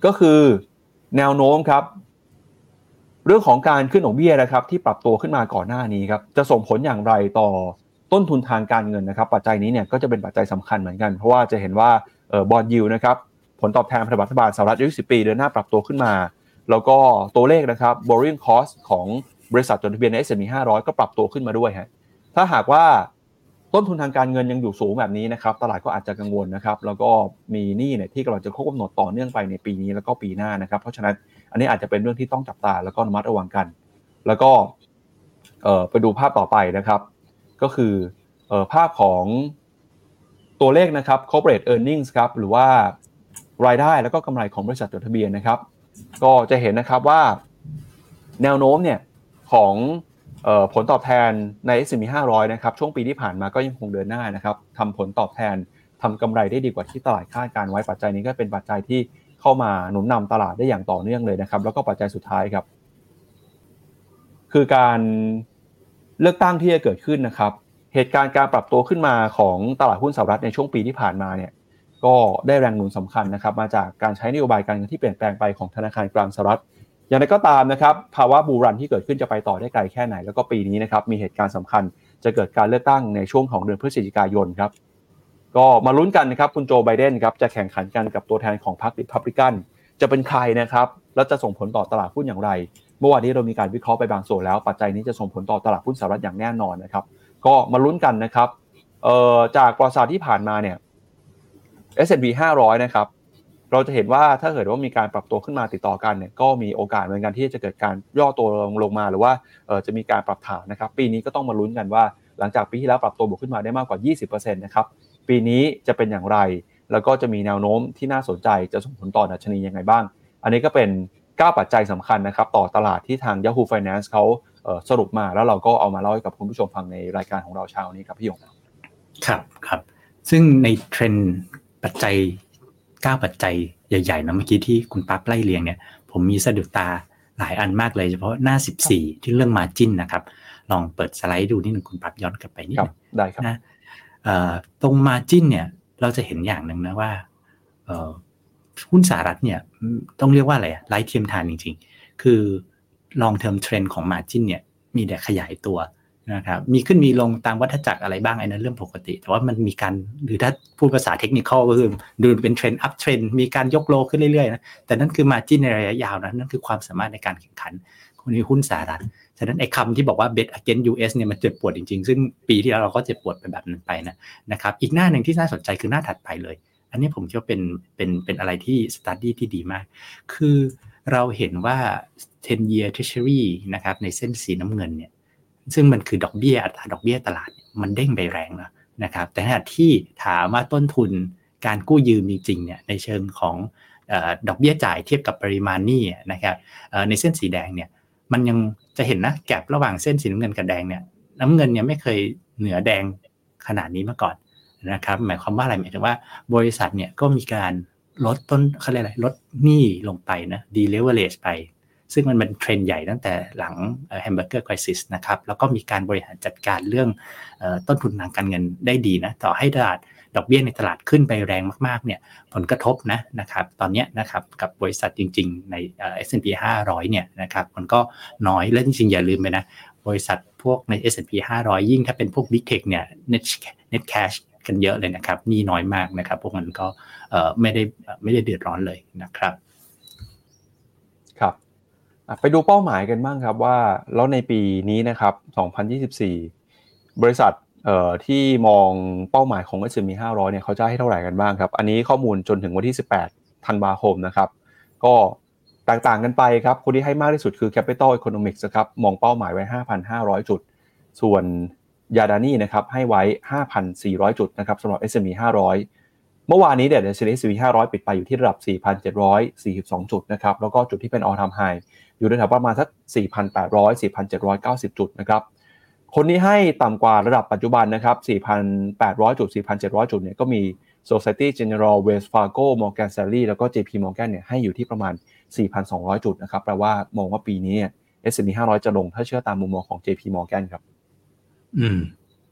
ก็คือแนวโน้มครับเรื่องของการขึ้นดอกเบี้ยนะครับที่ปรับตัวขึ้นมาก่อนหน้านี้ครับจะส่งผลอย่างไรต่อต้นทุนทางการเงินนะครับปัจจัยนี้เนี่ยก็จะเป็นปัจจัยสำคัญเหมือนกันเพราะว่าจะเห็นว่าเอ่อบอนด์ยิลด์นะครับผลตอบแทนพันธบัตรรัฐบาลสหรัฐอายุสิบปีเดือนหน้าปรับตัวขึ้นมาแล้วก็ตัวเลขนะครับ borrowing cost ของบริษัทจดทะเบียนใน เอส แอนด์ พี ห้าร้อยก็ปรับตัวขึ้นมาด้วยฮะถ้าหากว่าต้นทุนทางการเงินยังอยู่สูงแบบนี้นะครับตลาดก็อาจจะกังวลนะครับแล้วก็มีหนี้เนี่ยที่กำลังจะครบกำหนดต่อเนื่องไปในปีนี้แล้วก็ปีหน้านะครับเพราะฉะนั้นอันนี้อาจจะเป็นเรื่องที่ต้องจับตาแล้วก็ระมัดระวังกันแล้วก็เอ่อไปดูภาพต่อไปนะครับก็คือเอ่อภาพของตัวเลขนะครับ corporate earnings ครับหรือว่ารายได้แล้วก็กำไรของบริษัทจดทะเบียนนะครับก็จะเห็นนะครับว่าแนวโน้มเนี่ยของเอ่อผลตอบแทนใน เอส แอนด์ พี ห้าร้อยนะครับช่วงปีที่ผ่านมาก็ยังคงเดินหน้านะครับทำผลตอบแทนทำกำไรได้ดีกว่าที่ตลาดคาดการไว้ปัจจัยนี้ก็เป็นปัจจัยที่เข้ามาหนุนนำตลาดได้อย่างต่อเนื่องเลยนะครับแล้วก็ปัจจัยสุดท้ายครับคือการเลือกตั้งที่จะเกิดขึ้นนะครับเหตุการณ์การปรับตัวขึ้นมาของตลาดหุ้นสหรัฐในช่วงปีที่ผ่านมาเนี่ยก็ได้แรงหนุนสำคัญนะครับมาจากการใช้นโยบายการเงินที่เปลี่ยนแปลงไปของธนาคารกลางสหรัฐอย่างไรก็ตามนะครับภาวะบูรันที่เกิดขึ้นจะไปต่อได้ไกลแค่ไหนแล้วก็ปีนี้นะครับมีเหตุการณ์สำคัญจะเกิดการเลือกตั้งในช่วงของเดือนพฤศจิกายนครับก็มาลุ้นกันนะครับคุณโจไบเดนครับจะแข่งขันกันกับตัวแทนของพรรคริพับลิกันจะเป็นใครนะครับแล้วจะส่งผลต่อตลาดหุ้นอย่างไรเมื่อวานนี้เรามีการวิเคราะห์ไปบางส่วนแล้วปัจจัยนี้จะส่งผลต่อตลาดหุ้นสหรัฐอย่างแน่นอนนะครับก็มาลุ้นกันนะครับเอ่อจากประวัติศาสตร์ที่ผ่านมาเนี่ย เอส แอนด์ พี ห้าร้อยนะครับเราจะเห็นว่าถ้าเกิดว่ามีการปรับตัวขึ้นมาติดต่อกันเนี่ยก็มีโอกาสเหมือนกันที่จะเกิดการย่อตัวลงลงมาหรือว่าเอ่อจะมีการปรับฐานนะครับปีนี้ก็ต้องมาลุ้นกันว่าหลังจากปีที่แล้วปรับตัวบวกขึ้นมาได้มากกว่า ยี่สิบเปอร์เซ็นต์ นะครับปีนี้จะเป็นอย่างไรแล้วก็จะมีแนวโน้มที่น่าสนใจจะส่งผลต่อดัชนียังไงบ้างอันนี้ก็เป็นเก้าปัจจัยสำคัญนะครับต่อตลาดที่ทาง Yahoo Finance เขาเอ่อสรุปมาแล้วเราก็เอามาเล่าให้กับคุณผู้ชมฟังในรายการของเราเช้านี้ครับพี่หยงครับครับซึ่งในเทรนด์ปัจจัยเก้าปัจจัยใหญ่ๆนะเมื่อกี้ที่คุณปั๊บไล่เรียงเนี่ยผมมีสะดุดตาหลายอันมากเลยเฉพาะหน้าสิบสี่ที่เรื่อง margin นะครับลองเปิดสไลด์ดูนิดนึงคุณปั๊บย้อนกลับไปนิดนึงได้ครับนะเอ่อตรง margin เนี่ยเราจะเห็นอย่างนึงนะว่าเอ่อหุ้นสหรัฐเนี่ยต้องเรียกว่าอะไรอ่ะไร้เทียมทานจริงๆคือ long term trend ของ margin เนี่ยมีแต่ขยายตัวนะครับมีขึ้นมีลงตามวัฏจักรอะไรบ้างไอ้นั้นเรื่องปกติแต่ว่ามันมีการหรือถ้าพูดภาษาเทคนิคอลก็คือดูเป็นเทรนด์อัพเทรนด์มีการยกโลขึ้นเรื่อยๆนะแต่นั่นคือ margin ในระยะยาวนะนั่นคือความสามารถในการแข่งขันของหุ้นสหรัฐฉะนั้นไอ้คำที่บอกว่า bet against ยู เอส เนี่ยมันเจ็บปวดจริงๆซึ่งปีที่แล้วเราก็เจ็บปวดไปแบบนั้นไปนะนะครับอีกหน้าหนึ่งที่น่าสนใจคือหน้าถัดไปเลยอันนี้ผมคิดว่าเป็นเป็นเป็นอะไรที่ study ที่ดีมากคือเราเห็นว่า ten year treasury นะครับในเส้นสีน้ำเงินเนี่ยซึ่งมันคือดอกเบี้ยอัตราดอกเบี้ยตลาดมันเด้งไปแรงนะนะครับแต่ขณะที่ถามว่าต้นทุนการกู้ยืมจริงๆเนี่ยในเชิงของเอ่อดอกเบี้ยจ่ายเทียบกับปริมาณหนี้นะครับเอ่อในเส้นสีแดงเนี่ยมันยังจะเห็นนะแกประหว่างเส้นสีน้ำเงินกับแดงเนี่ยน้ำเงินเนี่ยไม่เคยเหนือแดงขนาดนี้มาก่อนนะครับหมายความว่าอะไรหมายถึงว่าบริษัทเนี่ยก็มีการลดต้นเขาเรียกอะไรลดหนี้ลงไปนะ deleverage ไปซึ่งมันเป็นเทรนด์ใหญ่ตั้งแต่หลัง Hamburger Crisis นะครับแล้วก็มีการบริหารจัดการเรื่องเอ่อต้นทุนทางการเงินได้ดีนะต่อให้ตลาดดอกเบี้ยในตลาดขึ้นไปแรงมากๆเนี่ยผลกระทบนะนะครับตอนนี้นะครับกับบริษัทจริงๆในเอ่อ เอส แอนด์ พี ห้าร้อยเนี่ยนะครับมันก็น้อยและจริงๆอย่าลืมไปนะบริษัทพวกใน เอส แอนด์ พี ห้าร้อยยิ่งถ้าเป็นพวก Big Tech เนี่ย net net cash กันเยอะเลยนะครับหนี้น้อยมากนะครับพวกมันก็เอ่อไม่ได้ไม่ได้เดือดร้อนเลยนะครับครับไปดูเป้าหมายกันบ้างครับว่าแล้วในปีนี้นะครับสองพันยี่สิบสี่บริษัทเอ่อที่มองเป้าหมายของ เอส แอนด์ พี ห้าร้อยเนี่ยเขาจะให้เท่าไหร่กันบ้างครับอันนี้ข้อมูลจนถึงวันที่สิบแปดธันวาคมนะครับก็ต่างๆกันไปครับคนที่ให้มากที่สุดคือ Capital Economics นะครับมองเป้าหมายไว้ ห้าพันห้าร้อย จุดส่วนยาดานี่นะครับให้ไว้ ห้าพันสี่ร้อย จุดนะครับสำหรับ เอส แอนด์ พี ห้าร้อยเมื่อวานนี้เนี่ยดัชนี เอส แอนด์ พี ห้าร้อยปิดไปอยู่ที่ระดับ สี่พันเจ็ดร้อยสี่สิบสอง จุดนะครับแล้วก็จุดที่เป็น All Time High อยู่ในแถวประมาณสัก สี่พันแปดร้อย สี่พันเจ็ดร้อยเก้าสิบ จุดนะครับคนที่ให้ต่ำกว่าระดับปัจจุบันนะครับ สี่พันแปดร้อย จุด สี่พันเจ็ดร้อย จุดเนี่ยก็มี Societe Generale Wells Fargo Morgan Stanley แล้วก็ เจ พี Morgan เนี่ยให้อยู่ที่ประมาณ สี่พันสองร้อย จุดนะครับแปลว่ามองว่าปีนี้ เอส แอนด์ พี ห้าร้อยจะลงถ้าเชื่อตามมุมมองของ เจ พี Morgan ครับอืม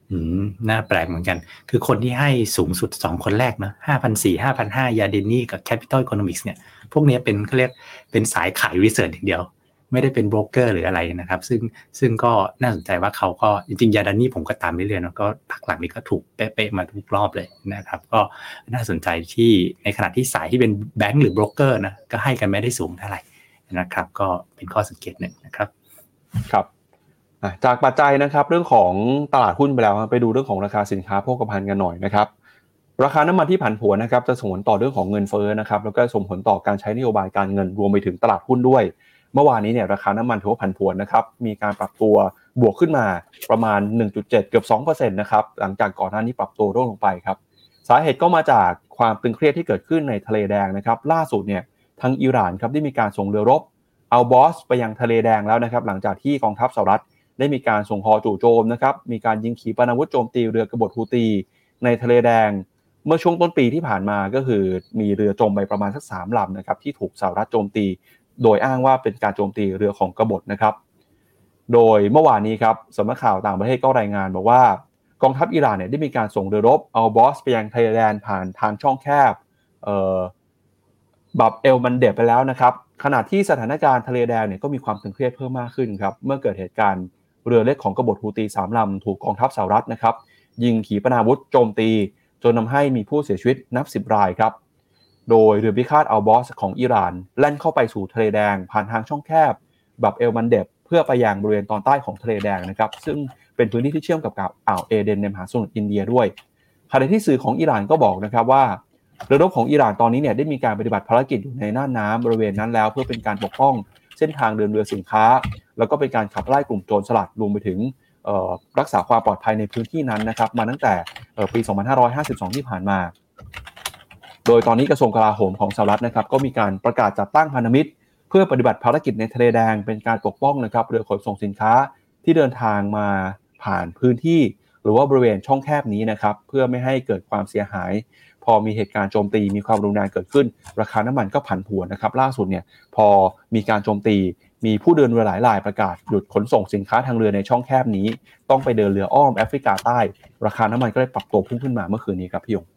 อืมน่าแปลกเหมือนกันคือคนที่ให้สูงสุดสองคนแรกเนาะ ห้าพันสี่ร้อย ห้าพันห้าร้อย ยาเดนนี่กับ Capital Economics เนี่ยพวกนี้เป็นเค้าเรียกเป็นสายขายรีเสิร์ชอย่างเดียวไม่ได้เป็นโบรกเกอร์หรืออะไรนะครับซึ่งซึ่งก็น่าสนใจว่าเขาก็จริงๆยาเดนนี่ผมก็ตามเรื่อยๆเนาะก็พักหลังนี้ก็ถูกเป๊ะๆมาทุกรอบเลยนะครับก็น่าสนใจที่ในขณะที่สายที่เป็นแบงก์หรือโบรกเกอร์นะก็ให้กันไม่ได้สูงเท่าไหร่นะครับก็เป็นข้อสังเกตหนึ่งนะครับครับจากปัจจัยนะครับเรื่องของตลาดหุ้นไปแล้วไปดูเรื่องของราคาสินค้าโภคภัณฑ์กันหน่อยนะครับราคาน้ำมันที่ผันผวนนะครับจะส่งผลต่อเรื่องของเงินเฟ้อนะครับแล้วก็ส่งผลต่อการใช้นโยบายการเงินรวมไปถึงตลาดหุ้นด้วยเมื่อวานนี้เนี่ยราคาน้ำมันถือว่าผันผวนนะครับมีการปรับตัวบวกขึ้นมาประมาณ หนึ่งจุดเจ็ด เกือบ สองเปอร์เซ็นต์ นะครับหลังจากก่อนหน้านี้ปรับตัวร่วงลงไปครับสาเหตุก็มาจากความตึงเครียดที่เกิดขึ้นในทะเลแดงนะครับล่าสุดเนี่ยทางอิหร่านครับได้มีการส่งเรือรบเอาบอสไปยังทะเลแดงแล้วนะครับหลังจากที่กองทัพสหรัฐได้มีการส่งฮอจู่โจมนะครับมีการยิงขีปนาวุธโจมตีเรือกบฏฮูตีในทะเลแดงเมื่อช่วงต้นปีที่ผ่านมาก็คือมีเรือจมไปประมาณสักสามลำนะครับที่ถูกสหรัฐโจมตีโดยอ้างว่าเป็นการโจมตีเรือของกบฏนะครับโดยเมื่อวานนี้ครับสำนักข่าวต่างประเทศก็รายงานบอกว่ากองทัพอิหร่านเนี่ยได้มีการส่งเรือรบเอาบอสไปยังทะเลแดงผ่านทางช่องแคบเอ่อบับเอลมันเดบไปแล้วนะครับขณะที่สถานการณ์ทะเลแดงเนี่ยก็มีความตึงเครียดเพิ่มมากขึ้นครับเมื่อเกิดเหตุการณ์เรือเล็กของกบฏฮูตีสามลำถูกกองทัพสหรัฐนะครับยิงขีปนาวุธโจมตีจนทำให้มีผู้เสียชีวิตนับสิบรายครับโดยเรือพิฆาตอัลบอสของอิหร่านแล่นเข้าไปสู่ทะเลแดงผ่านทางช่องแคบบับเอลมันเดบเพื่อไปยังบริเวณตอนใต้ของทะเลแดงนะครับซึ่งเป็นพื้นที่ที่เชื่อมกับอ่าวเอเดนในมหาสมุทรอินเดียด้วยขณะที่สื่อของอิหร่านก็บอกนะครับว่าเรือรบของอิหร่านตอนนี้เนี่ยได้มีการปฏิบัติภารกิจอยู่ในน่านน้ำบริเวณนั้นแล้วเพื่อเป็นการปกป้องเส้นทางเดินเรือสินค้าแล้วก็เป็นการขับไล่กลุ่มโจรสลัดรวมไปถึงรักษาความปลอดภัยในพื้นที่นั้นนะครับมาตั้งแต่ปีสองพันห้าร้อยห้าสิบสองที่ผ่านมาโดยตอนนี้กระทรวงกลาโหมของสหรัฐนะครับก็มีการประกาศจัดตั้งพันธมิตรเพื่อปฏิบัติภารกิจในทะเลแดงเป็นการปกป้องนะครับเรือขนส่งสินค้าที่เดินทางมาผ่านพื้นที่หรือว่าบริเวณช่องแคบนี้นะครับเพื่อไม่ให้เกิดความเสียหายพอมีเหตุการณ์โจมตีมีความรุนแรงเกิดขึ้นราคาน้ำมันก็ผันผวนนะครับล่าสุดเนี่ยพอมีการโจมตีมีผู้เดินเรือหลายรายประกาศหยุดขนส่งสินค้าทางเรือในช่องแคบนี้ต้องไปเดินเรืออ้อมแอฟริกาใต้ราคาน้ำมันก็เลยปรับตัวพุ่งขึ้นมาเมื่อคืนนี้ครับพี่ยง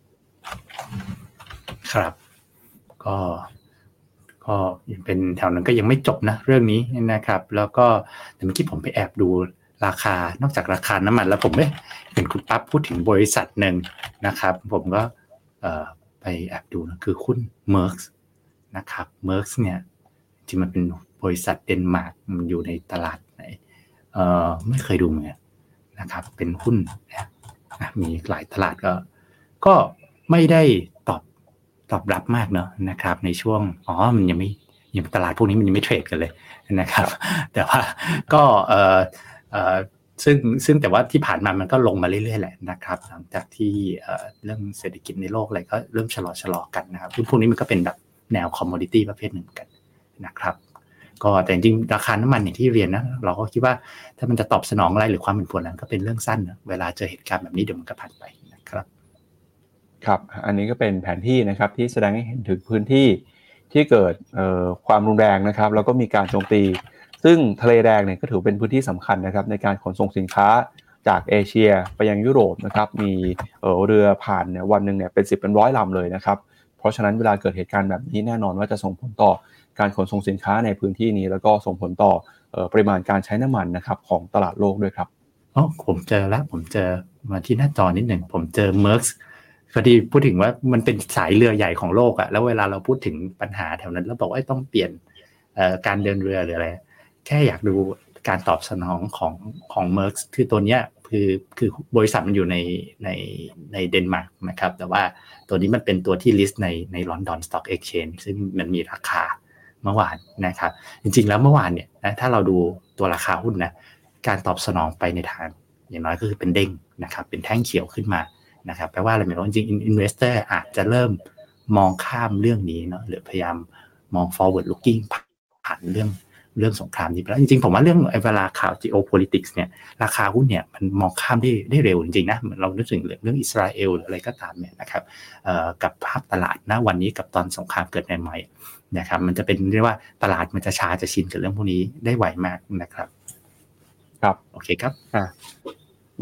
ครับก็ก็ยังเป็นแถวนั้นก็ยังไม่จบนะเรื่องนี้นะครับแล้วก็แต่เมื่อกี้ผมไปแอบดูราคานอกจากราคาน้ำมันแล้วผมเห็นคุณปั๊บพูดถึงบริษัทหนึ่งนะครับผมก็เอ่อไปแอบดูนะคือหุ้น Maersk นะครับ Maersk เนี่ยจริงมันเป็นบริษัทเดนมาร์กมันอยู่ในตลาดไหนเอ่อไม่เคยดูเหมือนกันนะครับเป็นหุ้นนะมีหลายตลาดก็ก็ไม่ได้ตอบตอบรับมากเนอะนะครับในช่วงอ๋อมันยังไม่ยังตลาดพวกนี้มันยังไม่เทรดกันเลยนะครับแต่ว่าก็เอ่อเอ่อซึ่งซึ่งแต่ว่าที่ผ่านมามันก็ลงมาเรื่อยๆแหละนะครับหลังจากที่เอ่อเรื่องเศรษฐกิจในโลกอะไรก็เริ่มชะลอชะลอกันนะครับพวกนี้มันก็เป็นแบบแนวคอมโมดิตี้ประเภทหนึ่งกันนะครับก็แต่จริงราคาน้ำมันอย่างที่เรียนนะเราก็คิดว่าถ้ามันจะตอบสนองอะไรหรือความผันผวนนั้นก็เป็นเรื่องสั้นนะเวลาเจอเหตุการณ์แบบนี้เดี๋ยวมันก็ผ่านไปนะครับครับอันนี้ก็เป็นแผนที่นะครับที่แสดงให้เห็นถึงพื้นที่ที่เกิดความรุนแรงนะครับแล้วก็มีการโจมตีซึ่งทะเลแดงเนี่ยก็ถือเป็นพื้นที่สำคัญนะครับในการขนส่งสินค้าจากเอเชียไปยังยุโรปนะครับมีเรือผ่านเนี่ยวันนึงเนี่ยเป็นสิบเป็นร้อยลำเลยนะครับเพราะฉะนั้นเวลาเกิดเหตุการณ์แบบนี้แน่นอนว่าจะส่งผลต่อการขนส่งสินค้าในพื้นที่นี้แล้วก็ส่งผลต่อปริมาณการใช้น้ำมันนะครับของตลาดโลกด้วยครับอ๋อผมเจอแล้วผมเจอมาที่หน้าจอนิดหนึ่งผมเจอ Maersk พอดีพูดถึงว่ามันเป็นสายเรือใหญ่ของโลกอะแล้วเวลาเราพูดถึงปัญหาแถวนั้นแล้วบอกว่าต้องเปลี่ยนการเดินเรือหรืออะไรแค่อยากดูการตอบสนองของของ Maersk คือตัวเนี้ยคือคือบริษัทมันอยู่ในในในเดนมาร์กนะครับแต่ว่าตัวนี้มันเป็นตัวที่ list ในใน London Stock Exchange ซึ่งมันมีราคาเมื่อวานนะครับจริงๆแล้วเมื่อวานเนี่ยนะถ้าเราดูตัวราคาหุ้นนะการตอบสนองไปในทางอย่างน้อยก็คือเป็นเด้งนะครับเป็นแท่งเขียวขึ้นมานะครับแปลว่าอะไรหมายความว่าจริงๆ investor อาจจะเริ่มมองข้ามเรื่องนี้เนาะหรือพยายามมอง forward looking ผ่านเรื่องเรื่องสงครามนี้ไปแล้วจริงๆผมว่าเรื่องเวลาข่าว geopolitics เนี่ยราคาหุ้นเนี่ยมันมองข้ามได้ได้เร็วจริงๆนะเรานึกถึงเรื่องอิสราเอลหรืออะไรก็ตามเนี่ยนะครับกับภาพตลาดนะวันนี้กับตอนสงครามเกิดใหม่ๆนะครับมันจะเป็นเรียกว่าตลาดมันจะช้าจะชินกับเรื่องพวกนี้ได้ไวมากนะครับครับโอเคครับอ่า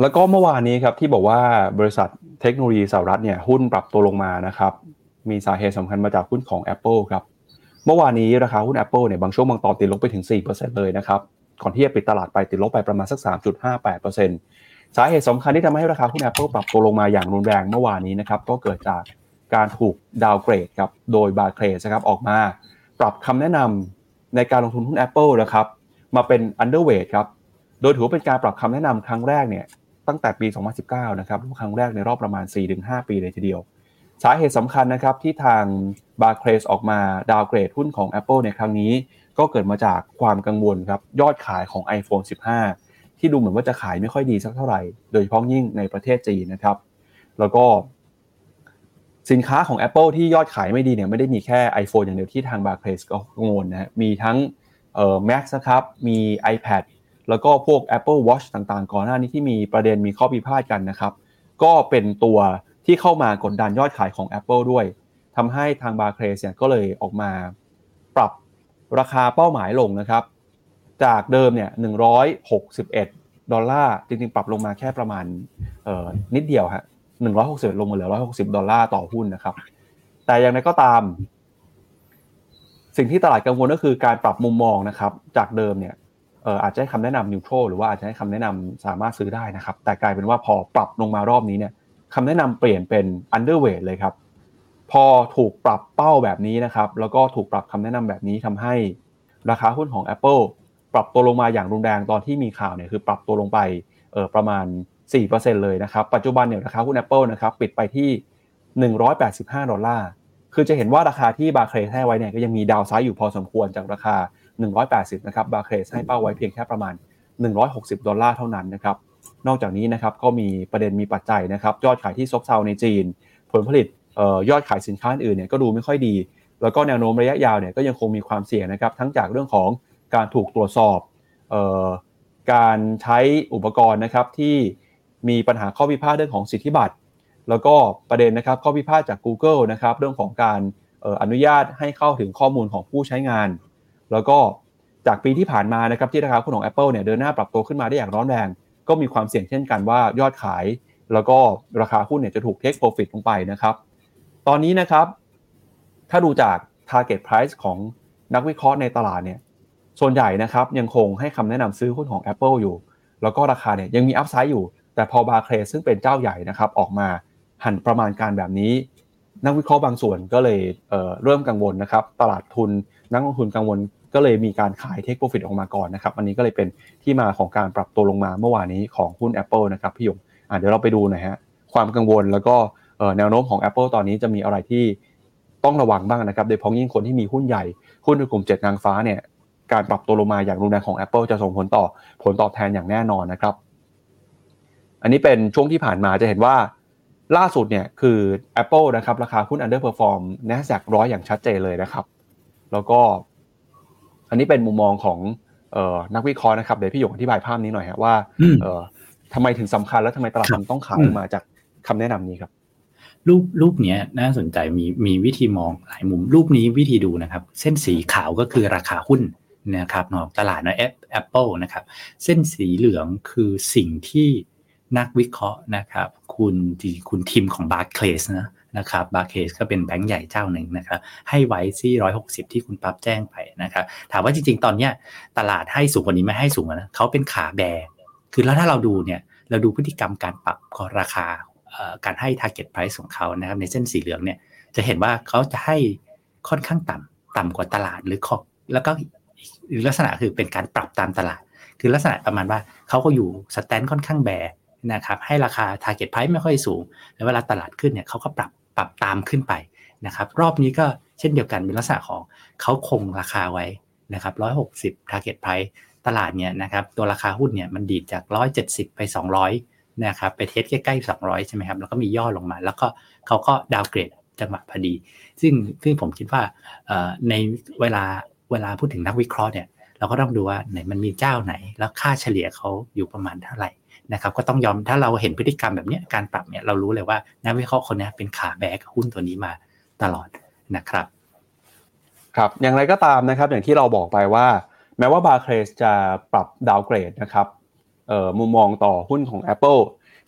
แล้วก็เมื่อวานนี้ครับที่บอกว่าบริษัทเทคโนโลยีสหรัฐเนี่ยหุ้นปรับตัวลงมานะครับมีสาเหตุสำคัญมาจากหุ้นของ Apple ครับเมื่อวานนี้ราคาหุ้น Apple เนี่ยบางช่วงบางตอนติดลบไปถึง สี่เปอร์เซ็นต์ เลยนะครับก่อนที่จะปิดตลาดไปติดลบไปประมาณสัก สามจุดห้าแปดเปอร์เซ็นต์ สาเหตุสำคัญที่ทำให้ราคาหุ้น Apple ปรับตัวลงมาอย่างรุนแรงเมื่อวานนี้นะครับก็เกิดจากการถูกดาวน์เกรดครับโดย Barclays นะครับออกมาปรับคำแนะนำในการลงทุนหุ้น Apple นะครับมาเป็น underweight ครับโดยถือว่าเป็นการปรับคำแนะนำครั้งแรกเนี่ยตั้งแต่ปีสองพันสิบเก้านะครับครั้งแรกในรอบประมาณ สี่ถึงห้า ปีเลยทีเดียวสาเหตุสำคัญนะครับที่ทาง Barclays ออกมาดาวน์เกรดหุ้นของ Apple ในครั้งนี้ก็เกิดมาจากความกังวลครับยอดขายของ iPhone สิบห้า ที่ดูเหมือนว่าจะขายไม่ค่อยดีสักเท่าไหร่โดยเฉพาะยิ่งในประเทศจีนนะครับแล้วก็สินค้าของ Apple ที่ยอดขายไม่ดีเนี่ยไม่ได้มีแค่ iPhone อย่างเดียวที่ทาง Barclays ก็กังวลนะมีทั้งเอ่อ Mac นะครับมี iPad แล้วก็พวก Apple Watch ต่างๆก่อนหน้านี้ที่มีประเด็นมีข้อพิพาทกันนะครับก็เป็นตัวที่เข้ามากดดันยอดขายของ Apple ด้วยทำให้ทาง Barclays เนี่ยก็เลยออกมาปรับราคาเป้าหมายลงนะครับจากเดิมเนี่ยหนึ่งร้อยหกสิบเอ็ดดอลลาร์จริงๆปรับลงมาแค่ประมาณเอ่อนิดเดียวฮะหนึ่งร้อยหกสิบลงมาเหลือหนึ่งร้อยหกสิบดอลลาร์ต่อหุ้นนะครับแต่อย่างไรก็ตามสิ่งที่ตลาดกังวลก็คือการปรับมุมมองนะครับจากเดิมเนี่ยเอ่ออาจจะให้คำแนะนำนิวโตรหรือว่าอาจจะให้คำแนะนำสามารถซื้อได้นะครับแต่กลายเป็นว่าพอปรับลงมารอบนี้เนี่ยคำแนะนำเปลี่ยนเป็น underweight เลยครับพอถูกปรับเป้าแบบนี้นะครับแล้วก็ถูกปรับคำแนะนำแบบนี้ทำให้ราคาหุ้นของ Apple ปรับตัวลงมาอย่างรุนแรงตอนที่มีข่าวเนี่ยคือปรับตัวลงไปเอ่อประมาณ สี่เปอร์เซ็นต์ เลยนะครับปัจจุบันเนี่ยราคาหุ้น Apple นะครับปิดไปที่หนึ่งร้อยแปดสิบห้าดอลลาร์คือจะเห็นว่าราคาที่ Barclays ให้ไว้เนี่ยก็ยังมีดาวไซด์อยู่พอสมควรจากราคาหนึ่งร้อยแปดสิบนะครับ Barclays ให้เป้าไว้เพียงแค่ประมาณหนึ่งร้อยหกสิบดอลลาร์เท่านั้นนะครับนอกจากนี้นะครับก็มีประเด็นมีปัจจัยนะครับยอดขายที่ซบเซาในจีนผลผลิตเอ่อยอดขายสินค้าอื่นเนี่ยก็ดูไม่ค่อยดีแล้วก็แนวโน้มระยะยาวเนี่ยก็ยังคงมีความเสี่ยงนะครับทั้งจากเรื่องของการถูกตรวจสอบเอ่อการใช้อุปกรณ์นะครับที่มีปัญหาข้อพิพาทเรื่องของสิทธิบัตรแล้วก็ประเด็นนะครับข้อพิพาทจาก Google นะครับเรื่องของการเอ่ออนุญาตให้เข้าถึงข้อมูลของผู้ใช้งานแล้วก็จากปีที่ผ่านมานะครับที่ราคาหุ้นของ Apple เนี่ยเดินหน้าปรับตัวขึ้นมาได้อย่างร้อนแรงก็มีความเสี่ยงเช่นกันว่ายอดขายแล้วก็ราคาหุ้นเนี่ยจะถูก take profit ลงไปนะครับตอนนี้นะครับถ้าดูจาก target price ของนักวิเคราะห์ในตลาดเนี่ยส่วนใหญ่นะครับยังคงให้คำแนะนำซื้อหุ้นของ Apple อยู่แล้วก็ราคาเนี่ยยังมี upside อยู่แต่พอ Barclays ซึ่งเป็นเจ้าใหญ่นะครับออกมาหันประมาณการแบบนี้นักวิเคราะห์บางส่วนก็เลยเอ่อเริ่มกังวลนะครับตลาดทุนนักลงทุนกังวลก็เลยมีการขาย take profit ออกมาก่อนนะครับอันนี้ก็เลยเป็นที่มาของการปรับตัวลงมาเมื่อวานนี้ของหุ้น Apple นะครับพี่หยงอ่ะเดี๋ยวเราไปดูหน่อยฮะความกังวลแล้วก็เอ่อแนวโน้มของ Apple ตอนนี้จะมีอะไรที่ต้องระวังบ้างนะครับโดยเฉพาะยิ่งคนที่มีหุ้นใหญ่หุ้นในกลุ่มเจ็ดนางฟ้าเนี่ยการปรับตัวลงมาอย่างรุนแรงของ Apple จะส่งผลต่อผลตอบแทนอย่างแน่นอนนะครับอันนี้เป็นช่วงที่ผ่านมาจะเห็นว่าล่าสุดเนี่ยคือ Apple นะครับราคาหุ้น underperform Nasdaq หนึ่งร้อยอย่างชัดเจนเลยนะครับแล้วก็อันนี้เป็นมุมมองของเอ่อนักวิเคราะห์นะครับเดี๋ยวพี่หยกอธิบายภาพนี้หน่อยฮะว่าเอ่อทำไมถึงสำคัญและทำไมตลาดมันต้องขายออกมาจากคำแนะนำนี้ครับรูปรูปนี้น่าสนใจมีมีวิธีมองหลายมุมรูปนี้วิธีดูนะครับเส้นสีขาวก็คือราคาหุ้นนะครับของตลาดนะแอปเปิลนะครับเส้นสีเหลืองคือสิ่งที่นักวิเคราะห์นะครับคุณคุณทีมของ Barclays นะนะครับ Barclays ก็เป็นแบงก์ใหญ่เจ้าหนึ่งนะครับให้ไว้ที่หนึ่งร้อยหกสิบที่คุณปั๊บแจ้งไปนะครับถามว่าจริงๆตอนเนี้ยตลาดให้สูงกว่านี้ไม่ให้สูงนะเขาเป็นขาแบร์คือแล้วถ้าเราดูเนี่ยเราดูพฤติกรรมการปรับราคาการให้ target price ของเขานะครับในเส้นสีเหลืองเนี่ยจะเห็นว่าเขาจะให้ค่อนข้างต่ำต่ำกว่าตลาดหรือแล้วก็หรือลักษณะคือเป็นการปรับตามตลาดคือลักษณะประมาณว่าเขาก็อยู่สแตนด์ค่อนข้างแบร์นะครับให้ราคา target price ไม่ค่อยสูงแล้วเวลาตลาดขึ้นเนี่ยเขาก็ปรับปรับตามขึ้นไปนะครับรอบนี้ก็เช่นเดียวกันเป็นลักษณะของเขาคงราคาไว้นะครับหนึ่งร้อยหกสิบ target price ตลาดเนี่ยนะครับตัวราคาหุ้นเนี่ยมันดีดจากหนึ่งร้อยเจ็ดสิบไปสองร้อยนะครับไปเทสใกล้ๆสองร้อยใช่ไหมครับแล้วก็มีย่อลงมาแล้วก็เขาก็ดาวเกรดจังหวะพอดีซึ่งซึ่งผมคิดว่าในเวลาเวลาพูดถึงนักวิเคราะห์เนี่ยเราก็ต้องดูว่าไหนมันมีเจ้าไหนแล้วค่าเฉลี่ยเขาอยู่ประมาณเท่าไหร่นะครับก็ต้องยอมถ้าเราเห็นพฤติกรรมแบบนี้การปรับเนี่ยเรารู้เลยว่านักวิเคราะห์คนนี้เป็นขาแบกหุ้นตัวนี้มาตลอดนะครับครับอย่างไรก็ตามนะครับอย่างที่เราบอกไปว่าแม้ว่า Barclays จะปรับดาวเกรดนะครับเอ่อมุมมองต่อหุ้นของ Apple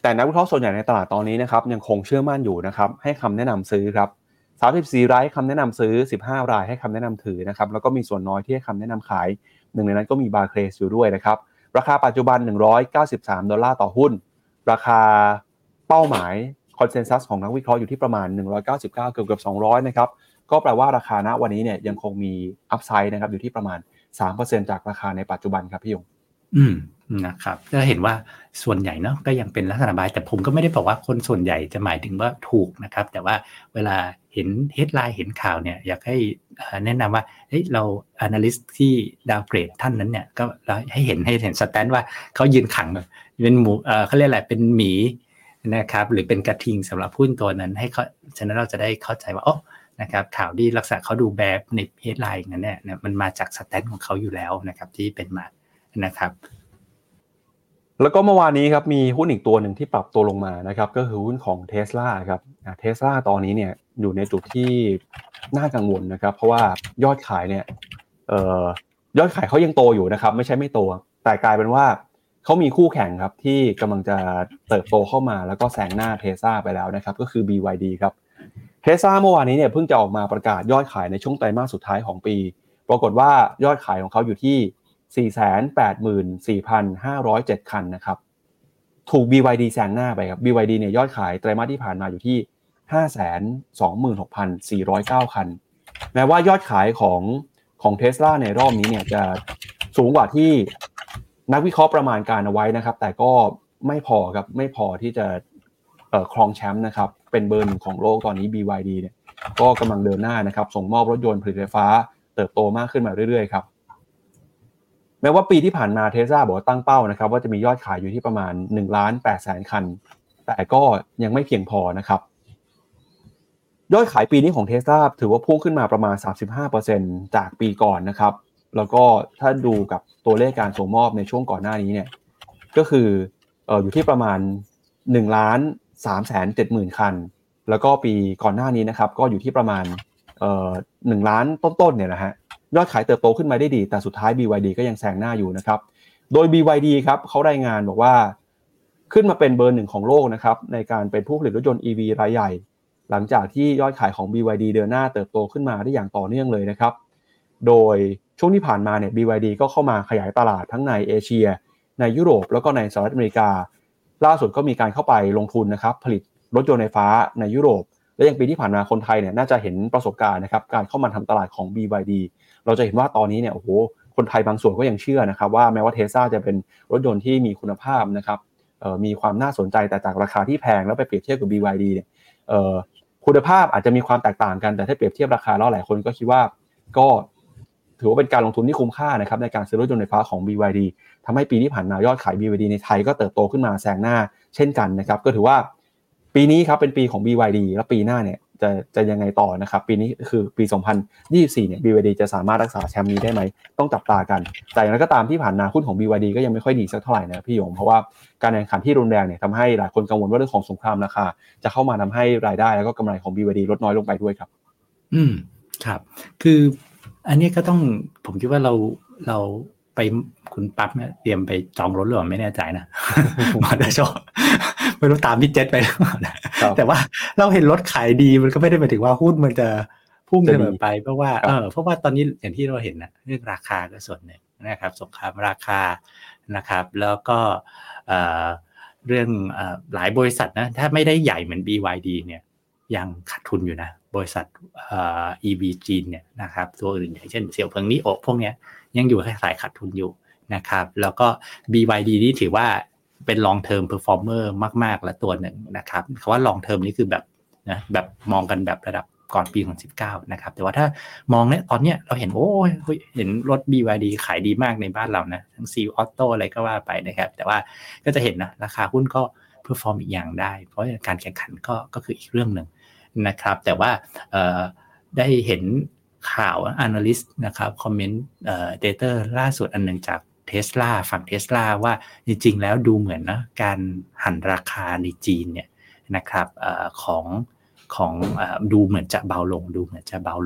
แต่นักวิเคราะห์ส่วนใหญ่ในตลาดตอนนี้นะครับยังคงเชื่อมั่นอยู่นะครับให้คำแนะนำซื้อครับสามสิบสี่รายให้คำแนะนำซื้อสิบห้ารายให้คำแนะนำถือนะครับแล้วก็มีส่วนน้อยที่ให้คำแนะนำขายหนึ่งในนั้นก็มี Barclays อยู่ด้วยนะครับราคาปัจจุบันหนึ่งร้อยเก้าสิบสามดอลลาร์ต่อหุ้นราคาเป้าหมายคอนเซนซัสของนักวิเคราะห์อยู่ที่ประมาณหนึ่งร้อยเก้าสิบเก้าเกือบๆสองร้อยนะครับก็แปลว่าราคาณวันนี้เนี่ยยังคงมีอัพไซด์นะครับอยู่ที่ประมาณ สามเปอร์เซ็นต์ จากราคาในปัจจุบันครับพี่ยงอืมนะครับก็เห็นว่าส่วนใหญ่เนาะก็ยังเป็นลักษณะบายแต่ผมก็ไม่ได้บอกว่าคนส่วนใหญ่จะหมายถึงว่าถูกนะครับแต่ว่าเวลาเห็นเฮดไลน์เห็นข่าวเนี่ยอยากให้แนะนำว่าเฮ้ยเรา analyst ที่ดาวเกรดท่านนั้นเนี่ยก็ให้เห็นให้เห็นสแตนด์ว่าเขายืนขังเป็นหมูเอ่อเขาเรียกอะไรเป็นหมีนะครับหรือเป็นกระทิงสำหรับหุ้นตัวนั้นให้เขาฉะนั้นเราจะได้เข้าใจว่าอ๋อนะครับข่าวที่ลักษณะเขาดูแบบในเฮดไลน์นั้นเนี่ยมันมาจากสแตนด์ของเขาอยู่แล้วนะครับที่เป็นมานะครับแล้วก็เมื่อวานนี้ครับมีหุ้นอีกตัวหนึ่งที่ปรับตัวลงมานะครับก็คือหุ้นของ Tesla ครับ Tesla ตอนนี้เนี่ยอยู่ในจุดที่น่ากังวลนะครับเพราะว่ายอดขายเนี่ยเอ่อยอดขายเขายังโตอยู่นะครับไม่ใช่ไม่โตแต่กลายเป็นว่าเขามีคู่แข่งครับที่กำลังจะเติบโตเข้ามาแล้วก็แซงหน้า Tesla ไปแล้วนะครับก็คือ บี วาย ดี ครับ Tesla เมื่อวานนี้เนี่ยเพิ่งจะออกมาประกาศยอดขายในช่วงไตรมาสสุดท้ายของปีปรากฏว่ายอดขายของเขาอยู่ที่สี่แสนแปดหมื่นสี่พันห้าร้อยเจ็ด คันนะครับถูก บี วาย ดี แซงหน้าไปครับ บี วาย ดี เนี่ยยอดขายไตรมาสที่ผ่านมาอยู่ที่ ห้าแสนสองหมื่นหกพันสี่ร้อยเก้า คันแม้ว่ายอดขายของของ Tesla ในรอบนี้เนี่ยจะสูงกว่าที่นักวิเคราะห์ประมาณการเอาไว้นะครับแต่ก็ไม่พอครับไม่พอที่จะเอ่อครองแชมป์นะครับเป็นเบอร์หนึ่งของโลกตอนนี้ บี วาย ดี เนี่ยก็กำลังเดินหน้านะครับส่งมอบรถยนต์ผลิตไฟฟ้าเติบโตมากขึ้นมาเรื่อยๆครับแม้ว่าปีที่ผ่านมา Tesla บอกว่าตั้งเป้านะครับว่าจะมียอดขายอยู่ที่ประมาณ หนึ่งล้านแปดแสน คันแต่ก็ยังไม่เพียงพอนะครับยอดขายปีนี้ของ Tesla ถือว่าพุ่งขึ้นมาประมาณ สามสิบห้าเปอร์เซ็นต์ จากปีก่อนนะครับแล้วก็ถ้าดูกับตัวเลขการส่งมอบในช่วงก่อนหน้านี้เนี่ยก็คือเอ่ออยู่ที่ประมาณ หนึ่งล้านสามแสนเจ็ดหมื่น คันแล้วก็ปีก่อนหน้านี้นะครับก็อยู่ที่ประมาณเอ่อหนึ่งล้านต้นๆเนี่ยนะฮะยอดขายเติบโตขึ้นมาได้ดีแต่สุดท้าย บี วาย ดี ก็ยังแซงหน้าอยู่นะครับโดย บี วาย ดี ครับเขารายงานบอกว่าขึ้นมาเป็นเบอร์หนึ่งของโลกนะครับในการเป็นผู้ผลิตรถยนต์ อี วี รายใหญ่หลังจากที่ยอดขายของ บี วาย ดี เดินหน้าเติบโตขึ้นมาได้อย่างต่อเนื่องเลยนะครับโดยช่วงที่ผ่านมาเนี่ย บี วาย ดี ก็เข้ามาขยายตลาดทั้งในเอเชียในยุโรปแล้วก็ในสหรัฐอเมริกาล่าสุดก็มีการเข้าไปลงทุนนะครับผลิตรถยนต์ไฟฟ้าในยุโรปและอย่างปีที่ผ่านมาคนไทยเนี่ยน่าจะเห็นประสบการณ์นะครับการเข้ามาทำตลาดของ บี วาย ดี เราจะเห็นว่าตอนนี้เนี่ยโอ้โหคนไทยบางส่วนก็ยังเชื่อนะครับว่าแม้ว่า Tesla จะเป็นรถยนต์ที่มีคุณภาพนะครับเอ่อมีความน่าสนใจแต่จากราคาที่แพงแล้วไปเปรียบเทียบกับ บี วาย ดี เนี่ยเอ่อคุณภาพอาจจะมีความแตกต่างกันแต่ถ้าเปรียบเทียบราคาแล้วหลายคนก็คิดว่าก็ถือว่าเป็นการลงทุนที่คุ้มค่านะครับในการซื้อรถยนต์ไฟฟ้าของ บี วาย ดี ทำให้ปีที่ผ่านมายอดขาย บี วาย ดี ในไทยก็เติบโตขึ้นมาแซงหน้าเช่นกันนะครับก็ถือว่าปีนี้ครับเป็นปีของ บี วาย ดี แล้วปีหน้าเนี่ยจะจะยังไงต่อนะครับปีนี้คือปีสองพันยี่สิบสี่เนี่ย บี วาย ดี จะสามารถรักษาแชมป์นี้ได้ไหมต้องจับตากันแต่อย่างไรก็ตามที่ผ่านมาหุ้นของ บี วาย ดี ก็ยังไม่ค่อยดีสักเท่าไหร่นะพี่หยงเพราะว่าการแข่งขันที่รุนแรงเนี่ยทำให้หลายคนกังวลว่าเรื่องของสงครามราคาจะเข้ามาทำให้รายได้แล้วก็กำไรของ บี วาย ดี ลดน้อยลงไปด้วยครับอืมครับคืออันนี้ก็ต้องผมคิดว่าเราเราไปคุณปั๊บเนี่ยเตรียมไปจองรถหรือเปล่าไม่แน่ใจนะมอเตอร์โชว์ไม่รู้ตามพี่เจษไปแต่ว่าเราเห็นรถขายดีมันก็ไม่ได้หมายถึงว่าหุ้นมันจะพุ่งเสมอไปเพราะว่าเออเพราะว่าตอนนี้อย่างที่เราเห็นนะเรื่องราคาก็ส่วนหนึ่งนะครับสงครามราคานะครับแล้วก็เอ่อเรื่องเอ่อหลายบริษัทนะถ้าไม่ได้ใหญ่เหมือน บี วาย ดี เนี่ยยังขาดทุนอยู่นะบริษัทเอ่อ อี วี จีนเนี่ยนะครับตัวอื่นอย่างเช่นเสี่ยวเพิงนิโอพวกเนี้ยยังอยู่สายขาดทุนอยู่นะครับแล้วก็ บี วาย ดี นี่ถือว่าเป็น long term performer มากๆและตัวหนึ่งนะครับคำว่า long term นี่คือแบบนะแบบมองกันแบบระดับก่อนปีของสิบเก้านะครับแต่ว่าถ้ามองเนี่ยตอนเนี้ยเราเห็นโอ้ยเห็นรถ บี วาย ดี ขายดีมากในบ้านเรานะทั้ง ซี ออโต้อะไรก็ว่าไปนะครับแต่ว่าก็จะเห็นนะราคาหุ้นก็ perform อีกอย่างได้เพราะการแข่งขันก็ก็คืออีกเรื่องนึงนะครับแต่ว่าเอ่อได้เห็นข่าว analyst นะครับคอมเมนต์เอ่อ data ล่าสุดอันนึงจาก Tesla ฝั่ง Tesla ว่าจริงๆแล้วดูเหมือนนะการหั่นราคาในจีนเนี่ยนะครับเอ่อของของเอ่อดูเหมือนจะเบาลงดูเหมือนจะเบาลง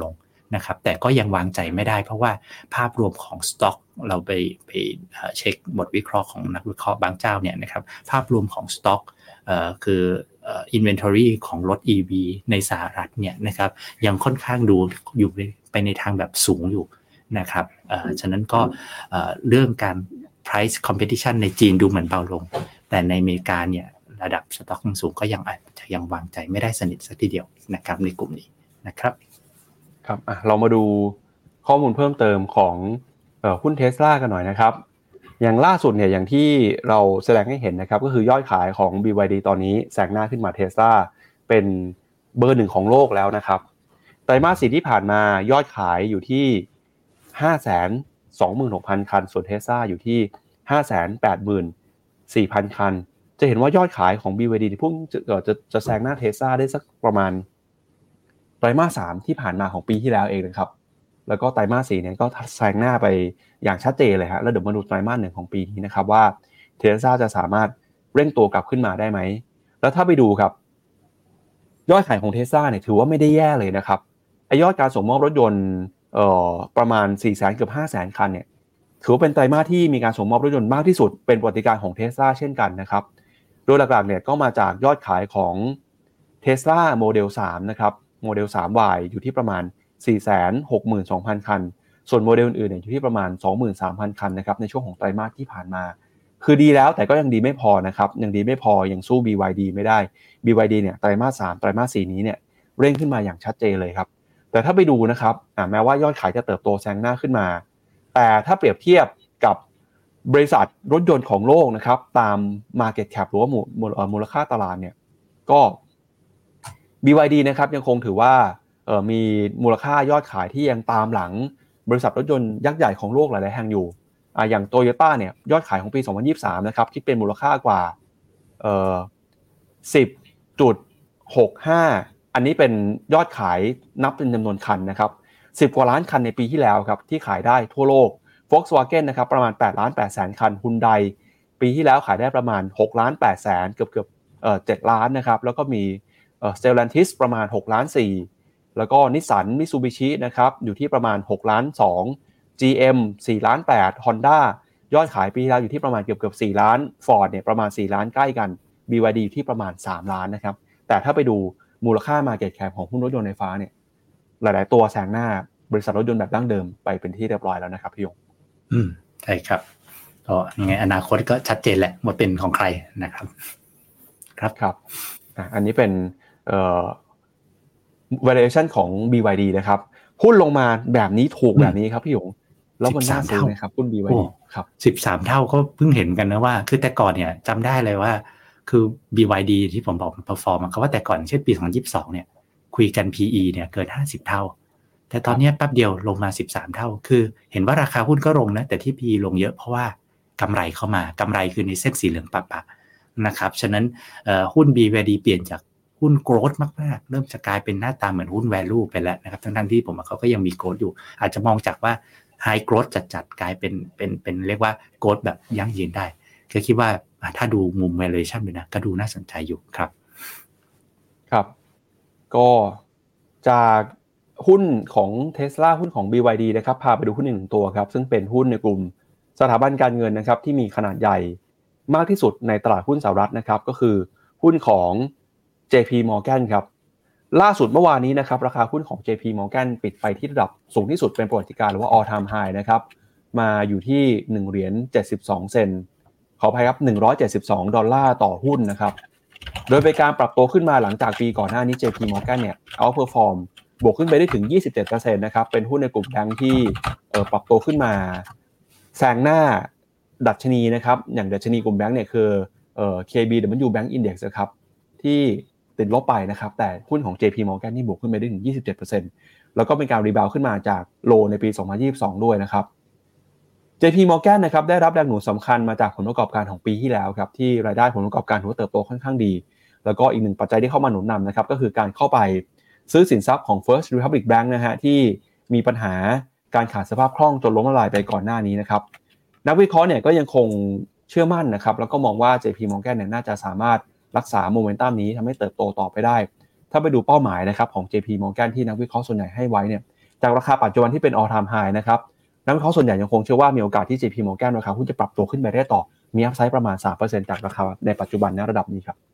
นะครับแต่ก็ยังวางใจไม่ได้เพราะว่าภาพรวมของสต็อกเราไปไปเช็คบทวิเคราะห์ของนักวิเคราะห์บางเจ้าเนี่ยนะครับภาพรวมของสต็อกเอ่อคือเอ่อ inventory ของรถ อี วี ในสหรัฐเนี่ยนะครับยังค่อนข้างดูอยู่ไปในทางแบบสูงอยู่นะครับเอ่อฉะนั้นก็เอ่อเรื่องการ price competition ในจีนดูเหมือนเบาลงแต่ในอเมริกาเนี่ยระดับสต็อกสูงก็ยังอาจจะยังวางใจไม่ได้สนิทสักทีเดียวนะครับในกลุ่มนี้นะครับครับอ่ะเรามาดูข้อมูลเพิ่มเติมของเอ่อหุ้น Tesla กันหน่อยนะครับอย่างล่าสุดเนี่ยอย่างที่เราแสดงให้เห็นนะครับก็คือยอดขายของ บี วาย ดี ตอนนี้แซงหน้าขึ้นมา Tesla เป็นเบอร์หนึ่งของโลกแล้วนะครับไตรมาสสี่ที่ผ่านมายอดขายอยู่ที่ ห้าแสนสองหมื่นหกพัน คันส่วน Tesla อยู่ที่ ห้าแสนแปดหมื่นสี่พัน คันจะเห็นว่ายอดขายของ บี วาย ดี ที่พุ่งจะจะจะแซงหน้า Tesla ได้สักประมาณไตรมาสสามที่ผ่านมาของปีที่แล้วเองนะครับแล้วก็ไตรมาสสี่เนี่ยก็แซงหน้าไปอย่างชัดเจนเลยฮะแล้วเดี๋ยวมาดูไตรมาสหนึ่งของปีนี้นะครับว่า Tesla จะสามารถเร่งตัวกลับขึ้นมาได้ไหมแล้วถ้าไปดูครับยอดขายของ Tesla เนี่ยถือว่าไม่ได้แย่เลยนะครับไอยอดการส่งมอบรถยนต์เอ่อประมาณ สี่แสน เกือบ ห้าแสน คันเนี่ยถือว่าเป็นไตรมาสที่มีการส่งมอบรถยนต์มากที่สุดเป็นประวัติการณ์ของ Tesla เช่นกันนะครับโดยหลักๆเนี่ยก็มาจากยอดขายของ Tesla Model สามนะครับโมเดล ทรี วาย อยู่ที่ประมาณ สี่แสนหกหมื่นสองพัน คันส่วนโมเดลอื่นๆเนี่ยอยู่ที่ประมาณ สองหมื่นสามพัน คันนะครับในช่วงของไตรมาสที่ผ่านมาคือดีแล้วแต่ก็ยังดีไม่พอนะครับยังดีไม่พอยังสู้ บี วาย ดี ไม่ได้ บี วาย ดี เนี่ยไตรมาสสามไตรมาสสี่นี้เนี่ยเร่งขึ้นมาอย่างชัดเจนเลยครับแต่ถ้าไปดูนะครับอ่าแม้ว่ายอดขายจะเติบโตแซงหน้าขึ้นมาแต่ถ้าเปรียบเทียบกับบริษัทรถยนต์ของโลกนะครับตาม market cap หรือว่ามูลค่าตลาดเนี่ยก็ บี วาย ดี นะครับยังคงถือว่าเอ่อมีมูลค่ายอดขายที่ยังตามหลังบริษัทรถยนต์ยักษ์ใหญ่ของโลกหลายๆแห่งอยู่อ่าอย่าง Toyota เนี่ยยอดขายของปีสองพันยี่สิบสามนะครับคิดเป็นมูลค่ากว่าเอ่อ สิบจุดหกห้า อันนี้เป็นยอดขายนับเป็นจำนวนคันนะครับสิบกว่าล้านคันในปีที่แล้วครับที่ขายได้ทั่วโลก Volkswagen นะครับประมาณแปดล้านแปดแสนคัน Hyundai ปีที่แล้วขายได้ประมาณหกล้านแปดแสนเกือบๆเอ่อเจ็ดล้านนะครับแล้วก็มีเอ่อ Stellantis ประมาณหกล้านสี่แล้วก็ Nissan Mitsubishi นะครับอยู่ที่ประมาณหกล้านสอง จี เอ็ม สี่ล้านแปด Honda ยอดขายปีที่แล้วอยู่ที่ประมาณเกือบๆสี่ล้าน Ford เนี่ยประมาณสี่ล้านใกล้กัน บี วาย ดี อยู่ที่ประมาณสามล้านนะครับแต่ถ้าไปดูมูลค่า market cap ของหุ้นรถยนต์ไฟฟ้าเนี่ยหลายๆตัวแซงหน้าบริษัทรถยนต์แบบดั้งเดิมไปเป็นที่เรียบร้อยแล้วนะครับพี่ยงอืมใช่ครับก็ยังไงอนาคตก็ชัดเจนแหละว่าเป็นของใครนะครับครับครับอ่ะอันนี้เป็นเอ่อ valuation ของ บี วาย ดี นะครับหุ้นลงมาแบบนี้ถูกแบบนี้ครับพี่ยงแล้วมันน่าซื้อไหมครับหุ้น บี วาย ดี ครับสิบสามเท่าก็เพิ่งเห็นกันนะว่าคือแต่ก่อนเนี่ยจำได้เลยว่าคือ บี วาย ดี ที่ผมบอก perform เขาว่าแต่ก่อนเช่นปีสองพันยี่สิบสองเนี่ยคุยกัน พี อี เนี่ยเกินห้าสิบเท่าแต่ตอนนี้แป๊บเดียวลงมาสิบสามเท่าคือเห็นว่าราคาหุ้นก็ลงนะแต่ที่ พี อี ลงเยอะเพราะว่ากำไรเข้ามากำไรคือในเส้นสีเหลืองปะๆนะครับฉะนั้นหุ้น บี วาย ดี เปลี่ยนจากหุ้น growth มากๆเริ่มจะกลายเป็นหน้าตาเหมือนหุ้น value ไปแล้วนะครับทั้งๆที่ผมว่าเขาก็ยังมี growth อยู่อาจจะมองจากว่า high growth จัดๆกลายเป็นเป็นเป็นเรียกว่า growth แบบยั่งยืนได้ก็คิดว่าถ้าดูมุม valuation ด้วยนะก็ดูน่าสนใจอยู่ครับครับก็จากหุ้นของ Tesla หุ้นของ บี วาย ดี นะครับพาไปดูหุ้นอีกหนึ่งตัวครับซึ่งเป็นหุ้นในกลุ่มสถาบันการเงินนะครับที่มีขนาดใหญ่มากที่สุดในตลาดหุ้นสหรัฐนะครับก็คือหุ้นของ เจ พี Morgan ครับล่าสุดเมื่อวานนี้นะครับราคาหุ้นของ เจ พี Morgan ปิดไปที่ระดับสูงที่สุดเป็นประวัติการณ์หรือว่า all time high นะครับมาอยู่ที่หนึ่งเหรียญเจ็ดสิบสองเซนต์ขออภัยครับหนึ่งร้อยเจ็ดสิบสองดอลลาร์ต่อหุ้นนะครับโดยเป็นการปรับตัวขึ้นมาหลังจากปีก่อนหน้านี้ เจ พี Morgan เนี่ย outperform บวกขึ้นไปได้ถึง ยี่สิบเจ็ดเปอร์เซ็นต์ นะครับเป็นหุ้นในกลุ่มแบงค์ที่เอ่อปรับตัวขึ้นมาแซงหน้าดัชนีนะครับอย่างดัชนีกลุ่มแบงค์เนี่ยคือเอ่อ เค บี ดับเบิลยู Bank Index นะครับที่ติดลบไปนะครับแต่หุ้นของ เจ พี Morgan นี่บวกขึ้นไปได้ถึง ยี่สิบเจ็ดเปอร์เซ็นต์ แล้วก็เป็นการรีบาวด์ขึ้นมาจากโลในปีสองพันยี่สิบสองด้วยนะครับ เจ พี Morgan นะครับได้รับแรงหนุนสำคัญมาจากผลประกอบการของปีที่แล้วครับที่รายได้ผลประกอบการถือว่าเติบโตค่อนข้างดีแล้วก็อีกหนึ่งปัจจัยที่เข้ามาหนุนนำนะครับก็คือการเข้าไปซื้อสินทรัพย์ของ First Republic Bank นะฮะที่มีปัญหาการขาดสภาพคล่องจนล้มละลายไปก่อนหน้านี้นะครับนักวิเคราะห์เนี่ยก็ยังคงเชื่อมั่นนะครับแล้วก็มองว่า เจ พี Morgan เนี่ยน่าจะสามารถรักษาโมเมนตัมนี้ทำให้เติบโตต่อไปได้ถ้าไปดูเป้าหมายนะครับของ เจ พี Morgan ที่นักวิเคราะห์ส่วนใหญ่ให้ไว้เนี่ยจากราคาปัจจุบันที่เป็น all time high นะครับนักวิเคราะห์ส่วนใหญ่ยังคงเชื่อว่ามีโอกาสที่ เจ พี Morgan ราคาหุ้นจะปรับตัวขึ้นไปได้ต่อมีอัพไซด์ประมาณ สามเปอร์เซ็นต์ จากราคาในปัจจุบันณระดับนี้ครับ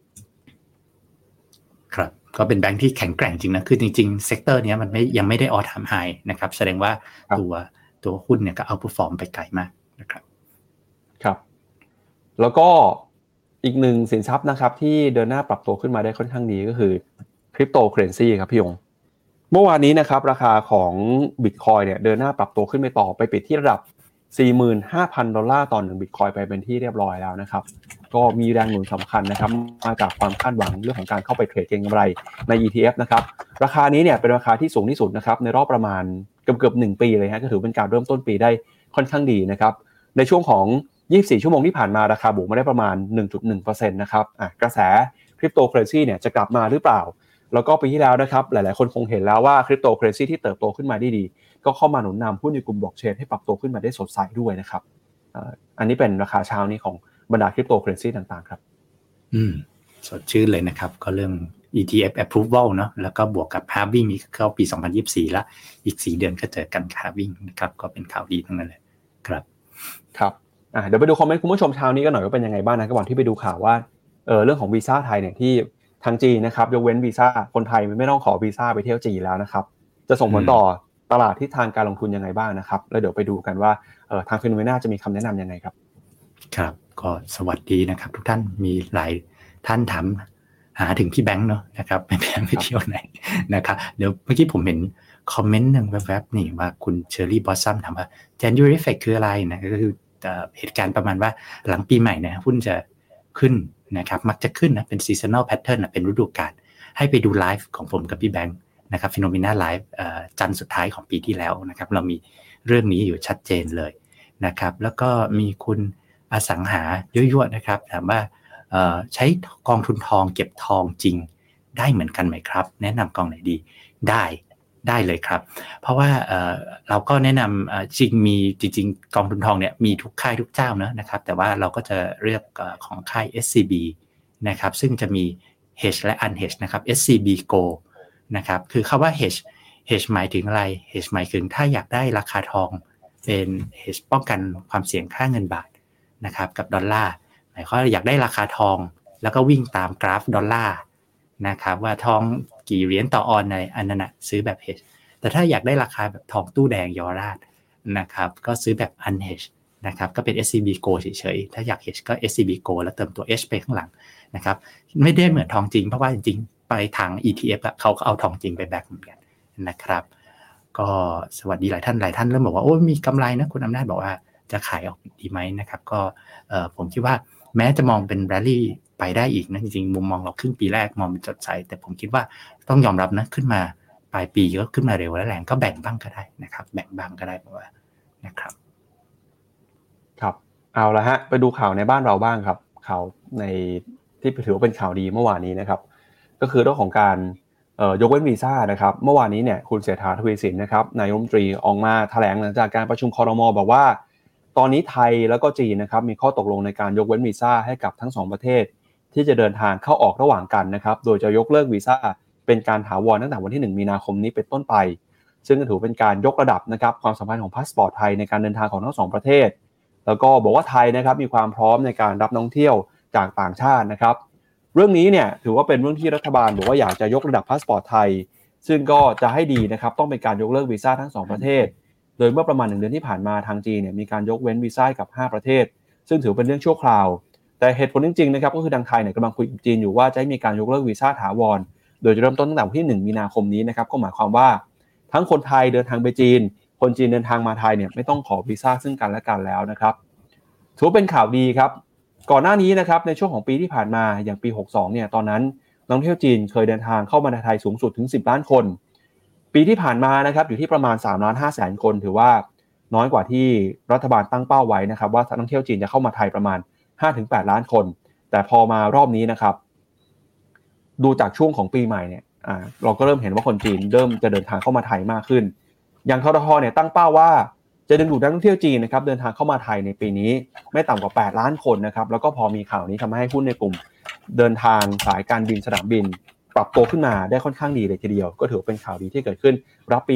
ครับก็เป็นแบงค์ที่แข็งแกร่งจริงนะคือจริงๆเซกเตอร์นี้มันไม่ยังไม่ได้ all time high นะครับแสดงว่าตัวตัวหุ้นเนี่ยก็ outperform ไปไกลมากนะครับครับแล้วก็อีกหนึ่งสินทรัพย์นะครับที่เดินหน้าปรับตัวขึ้นมาได้ค่อนข้างดีก็คือคริปโตเคอเรนซีครับพี่ยงเมื่อวานนี้นะครับราคาของ Bitcoin เนี่ยเดินหน้าปรับตัวขึ้นไปต่อไปปิดที่ระดับ สี่หมื่นห้าพัน ดอลลาร์ต่อหนึ่ง Bitcoin ไปเป็นที่เรียบร้อยแล้วนะครับก็มีแรงหนุนสำคัญนะครับมาจากความคาดหวังเรื่องของการเข้าไปเทรดเก็งกำไรใน อี ที เอฟ นะครับราคานี้เนี่ยเป็นราคาที่สูงที่สุดนะครับในรอบประมาณเกือบๆหนึ่งปีเลยฮะก็ถือเป็นการเริ่มต้นปีได้ค่อนข้างดีนะครับในช่วงของยี่สิบสี่ชั่วโมงที่ผ่านมาราคาบวกมาได้ประมาณ หนึ่งจุดหนึ่งเปอร์เซ็นต์ นะครับอ่ะกระแสคริปโตเคอเรนซีเนี่ยจะกลับมาหรือเปล่าแล้วก็ปีที่แล้วนะครับหลายๆคนคงเห็นแล้วว่าคริปโตเคอเรนซีที่เติบโตขึ้นมาได้ดีก็เข้ามาหนุนนำหุ้นในกลุ่มบล็อกเชนให้ปรับตัวขึ้นมาได้สดใสด้วยนะครับอันนี้เป็นราคาเช้านี้ของบรรดาคริปโตเคอเรนซีต่างๆครับอืมสดชื่นเลยนะครับก็เรื่อง อี ที เอฟ approval เนาะแล้วก็บวกกับ halving มีเข้าปีสองพันยี่สิบสี่แล้วอีกสี่เดือนก็เจอกัน halving นะครับก็เป็นข่าวดีทั้งนั้นเลยครับครับอ่ะเดี๋ยวไปดูคอมเมนต์คุณผู้ชมเช้านี้กันหน่อยว่าเป็นยังไงบ้างนะก่อนที่ไปดูข่าวว่าเออเรื่องของวีซ่าไทยเนี่ยที่ทางจีนนะครับยกเว้นวีซ่าคนไทยไม่ต้องขอวีซ่าไปเที่ยวจีนแล้วนะครับจะส่งผลต่อตลาดทิศทางการลงทุนยังไงบ้างนะครับแล้วเดี๋ยวไปดูกันว่าเออทาง Phenomena จะมีคำแนะนำยังไงครับครับก็สวัสดีนะครับทุกท่านมีหลายท่านถามหาถึงพี่แบงค์เนาะนะครับไปแบงค์ไปเที่ยวไหนนะครับเดี๋ยวเมื่อกี้ผมเห็นคอมเมนต์หนึ่งแวบๆนี่ว่าคุณเชอรี่บอสซัมถามว่า January Effect คืออะไรนะก็คือเหตุการณ์ประมาณว่าหลังปีใหม่เนี่ยหุ้นจะขึ้นนะครับมักจะขึ้นนะเป็น seasonal pattern นะเป็นฤดูกาลให้ไปดูไลฟ์ของผมกับพี่แบงค์นะครับ Phenomena Live เอ่อจันทร์สุดท้ายของปีที่แล้วนะครับเรามีเรื่องนี้อยู่ชัดเจนเลยนะครับแล้วก็มีคุณอสังหายั่วๆนะครับถามว่าเอ่อใช้กองทุนทองเก็บทองจริงได้เหมือนกันไหมครับแนะนำกองไหนดีได้ได้เลยครับเพราะว่าเอ่อเราก็แนะนำเอ่อจริงมีจริงๆกองทุนทองเนี่ยมีทุกค่ายทุกเจ้านะนะครับแต่ว่าเราก็จะเลือกของค่าย เอส ซี บี นะครับซึ่งจะมี hedge และ unhedge นะครับ เอส ซี บี Go นะครับคือคำว่า hedge hedge หมายถึงอะไร hedge หมายถึงถ้าอยากได้ราคาทองเป็น hedge ป้องกันความเสี่ยงค่าเงินบาทนะครับกับดอลลาร์หมายความว่าอยากได้ราคาทองแล้วก็วิ่งตามกราฟดอลลาร์นะครับว่าทองกี่เหรียญต่อออนในอันนั้นนะซื้อแบบ hedge แต่ถ้าอยากได้ราคาแบบทองตู้แดงเยาวราชนะครับก็ซื้อแบบ unhedge นะครับก็เป็น เอส ซี บี Go เฉยๆถ้าอยาก hedge ก็ เอส ซี บี Go แล้วเติมตัว H ไปข้างหลังนะครับไม่ได้เหมือนทองจริงเพราะว่าจริงๆไปทาง อี ที เอฟ อะเขาก็เอาทองจริงไปแบ็คเหมือนกันนะครับก็สวัสดีหลายท่านหลายท่านเริ่มบอกว่าโอ้มีกำไรนะคุณอำนาจบอกว่าจะขายออกดีไหมนะครับก็เอ่อผมคิดว่าแม้จะมองเป็น rally ไปได้อีกนะจริงๆมุมมองเราครึ่งปีแรกมองเป็นสดใสแต่ผมคิดว่าต้องยอมรับนะขึ้นมาปลายปีก็ขึ้นมาเร็วและแรงก็แบ่งบ้างก็ได้นะครับแบ่งบ้างก็ได้เพราะว่านะครับครับเอาละฮะไปดูข่าวในบ้านเราบ้างครับข่าวในที่ถือว่าเป็นข่าวดีเมื่อวานนี้นะครับก็คือเรื่องของการเอ่อยกเว้นวีซ่านะครับเมื่อวานนี้เนี่ยคุณเศรษฐาทวีสินนะครับนายกรัฐมนตรีออกมาแถลงหลังจากการประชุมครม.บอกว่าตอนนี้ไทยแล้วก็จีนนะครับมีข้อตกลงในการยกเว้นวีซ่าให้กับทั้งสองประเทศที่จะเดินทางเข้าออกระหว่างกันนะครับโดยจะยกเลิกวีซ่าเป็นการถาวรตั้งแต่วันที่หนึ่งมีนาคมนี้เป็นต้นไปซึ่งถือเป็นการยกระดับนะครับความสัมพันธ์ของพาสปอร์ตไทยในการเดินทางของทั้งสองประเทศแล้วก็บอกว่าไทยนะครับมีความพร้อมในการรับนักท่องเที่ยวจากต่างชาตินะครับเรื่องนี้เนี่ยถือว่าเป็นเรื่องที่รัฐบาลบอกว่าอยากจะยกระดับพาสปอร์ตไทยซึ่งก็จะให้ดีนะครับต้องเป็นการยกเลิกวีซ่าทั้งสองประเทศโดยเมื่อประมาณหนึ่งเดือนที่ผ่านมาทางจีนเนี่ยมีการยกเว้นวีซ่ากับห้าประเทศซึ่งถือเป็นเรื่องชั่วคราวแต่เหตุผลจริงๆนะครับก็คือทางไทยเนี่ยกำลังคุยกับจีนอยู่ว่าจะให้มีการยกเลิกวีซ่าถาวรโดยจะเริ่มต้นตั้งแต่วันที่หนึ่งมีนาคมนี้นะครับก็หมายความว่าทั้งคนไทยเดินทางไปจีนคนจีนเดินทางมาไทยเนี่ยไม่ต้องขอวีซ่าซึ่งกันและกันแล้วนะครับถือเป็นข่าวดีครับก่อนหน้านี้นะครับในช่วงของปีที่ผ่านมาอย่างปีหกสิบสองเนี่ยตอนนั้นนักท่องเที่ยวจีนเคยเดินทางเข้ามาในไทยสูงสุดถึงสิบล้านคนปีที่ผ่านมานะครับอยู่ที่ประมาณสามล้านห้าแสนคนถือว่าน้อยกว่าที่รัฐบาลตั้งเป้าไว้นะครับว่านักท่องเที่ยวจีนจะเข้ามาไทยประมาณ ห้าถึงแปด ล้านคนแต่พอมารอบนี้นะครับดูจากช่วงของปีใหม่เนี่ยอ่าเราก็เริ่มเห็นว่าคนจีนเริ่มจะเดินทางเข้ามาไทยมากขึ้นอย่างทททเนี่ยตั้งเป้าว่าจะดึงดูดนักท่องเที่ยวจีนนะครับเดินทางเข้ามาไทยในปีนี้ไม่ต่ำกว่าแปดล้านคนนะครับแล้วก็พอมีข่าวนี้ทำให้หุ้นในกลุ่มเดินทางสายการบินสนามบินปรับตัวขึ้นมาได้ค่อนข้างดีเลยทีเดียวก็ถือเป็นข่าวดีที่เกิดขึ้นรับปีใหม่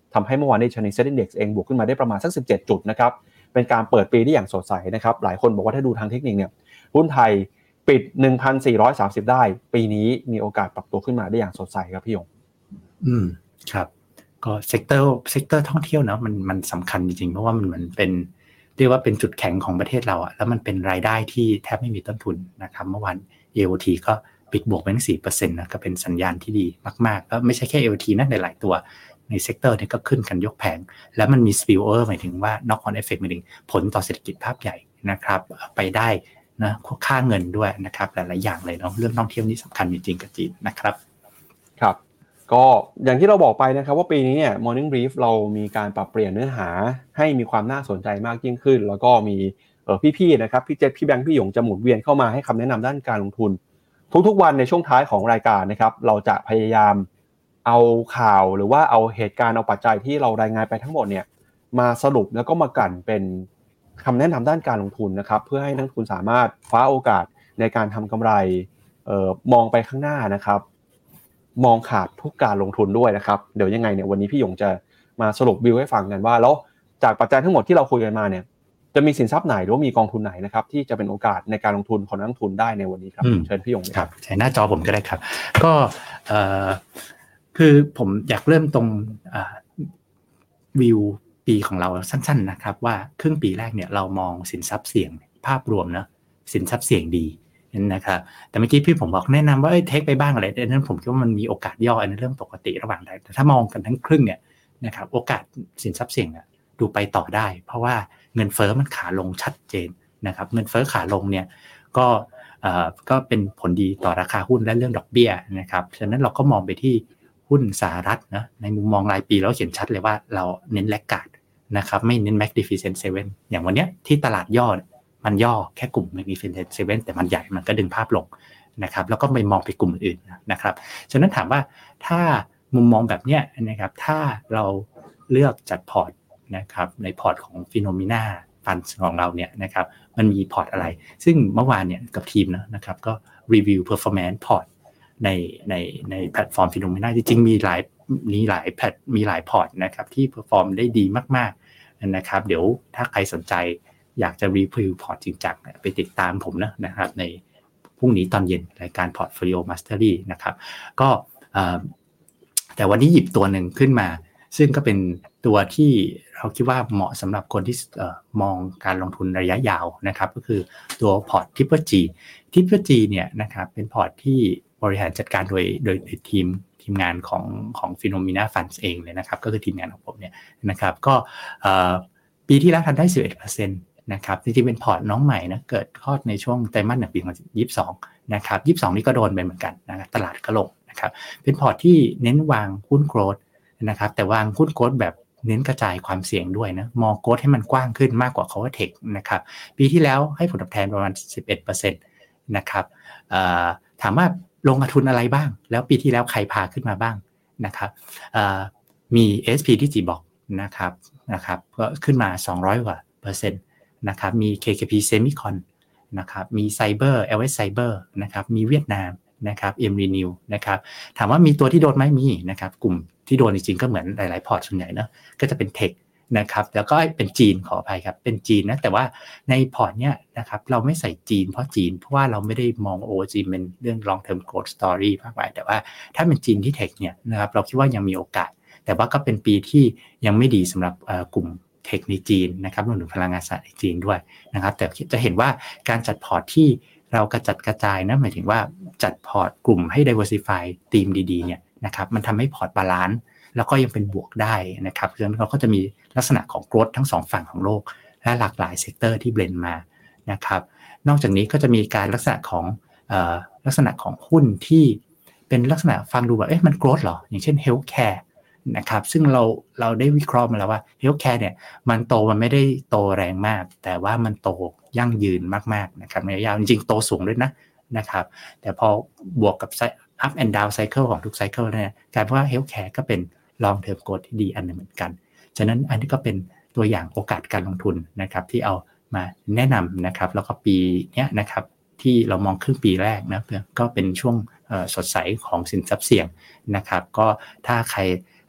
ทำให้เมื่อวานนี้ Chinese เซ็ต Index เองบวกขึ้นมาได้ประมาณสักสิบเจ็ดจุดนะครับเป็นการเปิดปีได้อย่างสดใสนะครับหลายคนบอกว่าถ้าดูทางเทคนิคเนี่ยหุ้นไทยปิด หนึ่งพันสี่ร้อยสามสิบ ได้ปีนี้มีโอกาสปรับตัวขึ้นมาได้อย่างสดใสครับพี่ยงอืมครับก็เซกเตอร์เซกเตอร์ท่องเที่ยวเนาะมันมันสำคัญจริงๆเพราะว่ามันเหมือนเป็นเรียกว่าเป็นจุดแข็งของประเทศเราอะแล้วมันเป็นรายได้ที่แทบไม่มีต้นทุนนะครับเมื่อวาน เอ โอ ที ก็ปิดบวกไปทั้ง สี่เปอร์เซ็นต์ นะก็เป็นสัญญาณที่ดีมากๆแล้วไม่ใช่แค่ เอ โอ ที นะหลายๆตัวในเซกเตอร์นี้ก็ขึ้นกันยกแผงแล้วมันมี spill over หมายถึงว่า knock on effect หมายถึงผลต่อเศรษฐกิจภาพใหญ่นะครับไปได้นะค่าเงินด้วยนะครับหลายๆอย่างเลยเนาะเรื่องท่องเที่ยวนี่สำคัญจริงๆกับจีนนะครับครับก็อย่างที่เราบอกไปนะครับว่าปีนี้เนี่ย Morning Brief เรามีการปรับเปลี่ยนเนื้อหาให้มีความน่าสนใจมากยิ่งขึ้นแล้วก็มีเอ่อพี่ๆนะครับพี่เจษพี่แบงค์พี่หยงจะหมุนเวียนเข้ามาให้คำแนะนำด้านการลงทุนทุกๆวันในช่วงท้ายของรายการนะครับเราจะพยายามเอาข่าวหรือว่าเอาเหตุการณ์เอาปัจจัยที่เรารายงานไปทั้งหมดเนี่ยมาสรุปแล้วก็มากั่นเป็นคำแนะนำด้านการลงทุนนะครับเพื่อให้นักลงทุนสามารถคว้าโอกาสในการทำกำไรเอ่อมองไปข้างหน้านะครับมองขาดทุกการลงทุนด้วยนะครับเดี๋ยวยังไงเนี่ยวันนี้พี่หยงจะมาสรุปวิวให้ฟังกันว่าแล้วจากปัจจัยทั้งหมดที่เราคุยกันมาเนี่ยจะมีสินทรัพย์ไหนหรือว่ามีกองทุนไหนนะครับที่จะเป็นโอกาสในการลงทุนของนักลงทุนได้ในวันนี้ครับเชิญพี่หยงครับใช้หน้าจอผมก็ได้ครับก็เอ่อคือผมอยากเริ่มตรงอ่าวิวปีของเราสั้นๆนะครับว่าครึ่งปีแรกเนี่ยเรามองสินทรัพย์เสี่ยงภาพรวมนะสินทรัพย์เสี่ยงดีนะครับแต่เมื่อกี้พี่ผมบอกแนะนำว่าเอ้ยเทคไปบ้างอะไรแต่นั้นผมคิดว่ามันมีโอกาสย่อในเรื่องปกติระหว่างใดแต่ถ้ามองกันทั้งครึ่งเนี่ยนะครับโอกาสสินทรัพย์เสี่ยงอ่ะดูไปต่อได้เพราะว่าเงินเฟ้อมันขาลงชัดเจนนะครับเงินเฟ้อขาลงเนี่ยก็เอ่อก็เป็นผลดีต่อราคาหุ้นและเรื่องดอกเบี้ยนะครับฉะนั้นเราก็มองไปที่หุ้นสหรัฐนะในมุมมองรายปีแล้วเห็นชัดเลยว่าเราเน้นแลกการ์ดนะครับไม่เน้น Magnificent เซเว่นอย่างวันเนี้ยที่ตลาดย่อมันย่อแค่กลุ่ม Magnificent เซเว่นแต่มันใหญ่มันก็ดึงภาพลงนะครับแล้วก็ไปมองไปกลุ่มอื่นนะครับฉะนั้นถามว่าถ้ามุมมองแบบเนี้ยนะครับถ้าเราเลือกจัดพอร์ตนะครับในพอร์ตของ Phenomena Fund ของเราเนี่ยนะครับมันมีพอร์ตอะไรซึ่งเมื่อวานเนี่ยกับทีมนะครับก็รีวิว performance พอร์ตในในในแพลตฟอร์ม Phenomena จริงๆมีหลายมีหลายแพลตมีหลายพอร์ตนะครับที่ perform ได้ดีมากๆนะครับเดี๋ยวถ้าใครสนใจอยากจะรีวิวพอร์ตจริงจังไปติดตามผมนะนะครับในพรุ่งนี้ตอนเย็นรายการ Portfolio Mastery นะครับก็แต่วันนี้หยิบตัวหนึ่งขึ้นมาซึ่งก็เป็นตัวที่เราคิดว่าเหมาะสำหรับคนที่มองการลงทุนระยะยาวนะครับก็คือตัวพอร์ต Triple G Triple G เนี่ยนะครับเป็นพอร์ตที่บริหารจัดการโดยโดยทีมทีมงานของของ Phenomena Funds เองเลยนะครับก็คือทีมงานของผมเนี่ยนะครับก็ปีที่แล้วทำได้ สิบเอ็ดเปอร์เซ็นต์ นะครับจริงๆเป็นพอร์ตน้องใหม่นะเกิดคลอดในช่วงไตรมาสหนึ่งปีของยี่สิบสองนะครับยี่สิบสองนี่ก็โดนไปเหมือนกันนะครับตลาดก็ลงนะครับเป็นพอร์ตที่เน้นวางหุ้นโกรทนะครับแต่วางหุ้นโกรทแบบเน้นกระจายความเสี่ยงด้วยนะมองโกรทให้มันกว้างขึ้นมากกว่า cover tech นะครับปีที่แล้วให้ผลตอบแทนประมาณ สิบเอ็ดเปอร์เซ็นต์ นะครับถามว่าลงทุนอะไรบ้างแล้วปีที่แล้วใครพาขึ้นมาบ้างนะครับมี เอ เอส พี ที่จีบอกนะครับนะครับก็ขึ้นมาสองร้อยกว่าเปอร์เซ็นต์นะครับมี เค เค พี Semicon นะครับมี Cyber แอล เอส Cyber นะครับมีเวียดนามนะครับ M Renew นะครับถามว่ามีตัวที่โดนไหมมีนะครับกลุ่มที่โดนจริงๆก็เหมือนหลายๆพอร์ตส่วนใหญ่นะก็จะเป็นเทคนะครับแล้วก็เป็นจีนขออภัยครับเป็นจีนนะแต่ว่าในพอร์ตเนี้ยนะครับเราไม่ใส่จีนเพราะจีนเพราะว่าเราไม่ได้มองโอจีนเป็นเรื่อง long term growth story มากมายแต่ว่าถ้าเป็นจีนที่เทคเนี่ยนะครับเราคิดว่ายังมีโอกาสแต่ว่าก็เป็นปีที่ยังไม่ดีสำหรับกลุ่มเทคในจีนนะครับรวมถึงพลังงานสะอาดในจีนด้วยนะครับแต่จะเห็นว่าการจัดพอร์ตที่เรากระจัดกระจายนะหมายถึงว่าจัดพอร์ตกลุ่มให้ diversify ธีมดีๆเนี่ยนะครับมันทำให้พอร์ตบาลานซ์แล้วก็ยังเป็นบวกได้นะครับเพราะฉะนั้นเราก็จะมีลักษณะของ growth ทั้งสองฝั่งของโลกและหลากหลายเซกเตอร์ที่เบลนด์มานะครับนอกจากนี้ก็จะมีการลักษณะของเอ่อลักษณะของหุ้นที่เป็นลักษณะฟังดูแบบเอ๊ะมัน growth เหรออย่างเช่น healthcare นะครับซึ่งเราเราได้วิเคราะห์มาแล้วว่า healthcare เนี่ยมันโตมันไม่ได้โตแรงมากแต่ว่ามันโตยั่งยืนมากๆนะครับในระยะยาวจริงๆโตสูงด้วยนะนะครับแต่พอบวกกับ up and down cycle ของทุก cycle เนี่ยกลายเป็นว่า healthcare ก็เป็น long term growth ที่ดีอันนึงเหมือนกันฉะนั้นอันนี้ก็เป็นตัวอย่างโอกาสการลงทุนนะครับที่เอามาแนะนำนะครับแล้วก็ปีนี้นะครับที่เรามองครึ่งปีแรกนะก็เป็นช่วงสดใสของสินทรัพย์เสี่ยงนะครับก็ถ้าใคร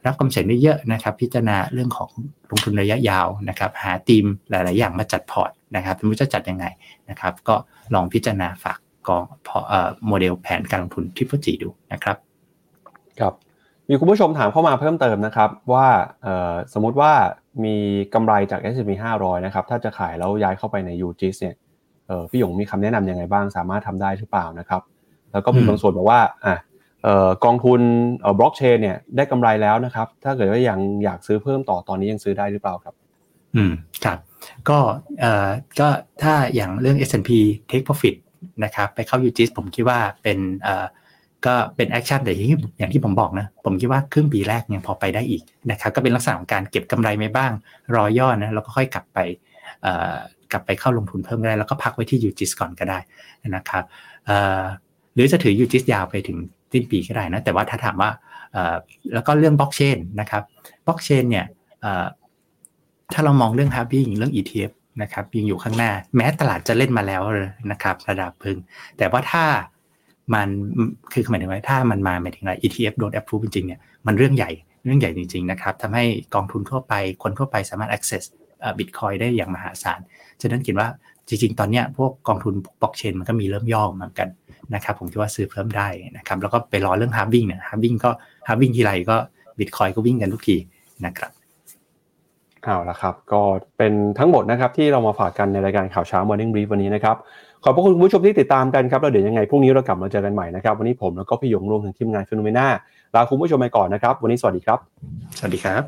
รับความเสี่ยงได้เยอะนะครับพิจารณาเรื่องของลงทุนระยะยาวนะครับหาธีมหลายๆอย่างมาจัดพอร์ตนะครับไม่รู้จะจัดยังไงนะครับก็ลองพิจารณาฝากกองเอ่อโมเดลแผนการลงทุน Triple G ดูนะครับครับมีคุณผู้ชมถามเข้ามาเพิ่มเติมนะครับว่าเอ่อสมมุติว่ามีกำไรจาก เอส แอนด์ พี ห้าร้อยนะครับถ้าจะขายแล้วย้ายเข้าไปใน ยู จี ไอ เอส เนี่ยเอ่อพี่หยงมีคำแนะนำยังไงบ้างสามารถทำได้หรือเปล่านะครับแล้วก็มีบางส่วนบอกว่าอ่ะเอ่อกองทุนเอ่อบล็อกเชนเนี่ยได้กำไรแล้วนะครับถ้าเกิดว่ายังอยากซื้อเพิ่มต่อตอนนี้ยังซื้อได้หรือเปล่าครับอืมครับก็เอ่อก็ถ้าอย่างเรื่อง เอส แอนด์ พี Take Profit นะครับไปเข้า ยู จี ไอ เอส ผมคิดว่าเป็นเอ่อก็เป็นแอคชั่นแต่อย่างที่ผมบอกนะผมคิดว่าครึ่งปีแรกยังพอไปได้อีกนะครับก็เป็นลักษณะของการเก็บกำไรไว้บ้างรอย่อนะแล้วก็ค่อยกลับไปเอ่อกลับไปเข้าลงทุนเพิ่มได้แล้วก็พักไว้ที่ ยู จี ไอ เอส ก่อนก็ได้นะครับเอ่อหรือจะถือ ยู จี ไอ เอส ยาวไปถึงสิ้นปีก็ได้นะแต่ว่าถ้าถามว่าเอ่อแล้วก็เรื่องบล็อกเชนนะครับบล็อกเชนเนี่ยเอ่อถ้าเรามองเรื่อง halving เรื่อง อี ที เอฟ นะครับยังอยู่ข้างหน้าแม้ตลาดจะเล่นมาแล้วนะครับระดับพึงแต่ว่าถ้ามันคือหมายถึงว่าถ้ามันมาหมายถึงอะไร อี ที เอฟ โดน approve จริงๆเนี่ยมันเรื่องใหญ่เรื่องใหญ่จริงๆนะครับทำให้กองทุนทั่วไปคนทั่วไปสามารถ access เอ่อ Bitcoin ได้อย่างมหาศาลฉะนั้นคิดว่าจริงๆตอนเนี้ยพวกกองทุนบล็อกเชนมันก็มีเริ่มย่อเหมือนกันนะครับผมคิดว่าซื้อเพิ่มได้นะครับแล้วก็ไปรอเรื่อง halving เนี่ย halving ก็ halving ทีไรก็ Bitcoin ก็วิ่งกันทุกทีนะครับเอาละครับก็เป็นทั้งหมดนะครับที่เรามาฝากกันในรายการข่าวเช้า Morning Brief วันนี้นะครับขอบพระคุณคุณผู้ชมที่ติดตามกันครับแล้วเดี๋ยวยังไงพรุ่งนี้เรากลับมาเจอกันใหม่นะครับวันนี้ผมแล้วก็พี่หยงรวมถึงทีมงาน Phenomena ลาคุณผู้ชมไปก่อนนะครับวันนี้สวัสดีครับสวัสดีครับ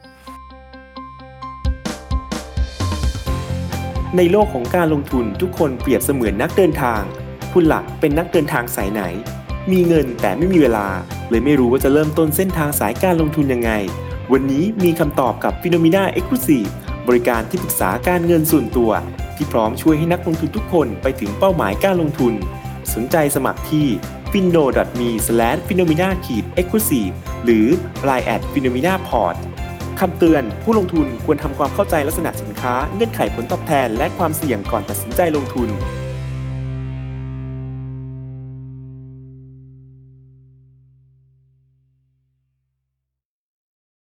ในโลกของการลงทุนทุกคนเปรียบเสมือนนักเดินทางคุณหลักเป็นนักเดินทางสายไหนมีเงินแต่ไม่มีเวลาเลยไม่รู้ว่าจะเริ่มต้นเส้นทางสายการลงทุนยังไงวันนี้มีคำตอบกับ Phenomena Exclusive บริการที่ปรึกษาการเงินส่วนตัวที่พร้อมช่วยให้นักลงทุนทุกคนไปถึงเป้าหมายการลงทุนสนใจสมัครที่ ฟินโน ดอท มี สแลช ฟีโนมีนา เอ็กซ์คลูซีฟ หรือ ไลน์ แอท ฟีโนมีนา พอร์ต คำเตือนผู้ลงทุนควรทำความเข้าใจลักษณะสินค้าเงื่อนไขผลตอบแทนและความเสี่ยงก่อนตัดสินใจลงทุน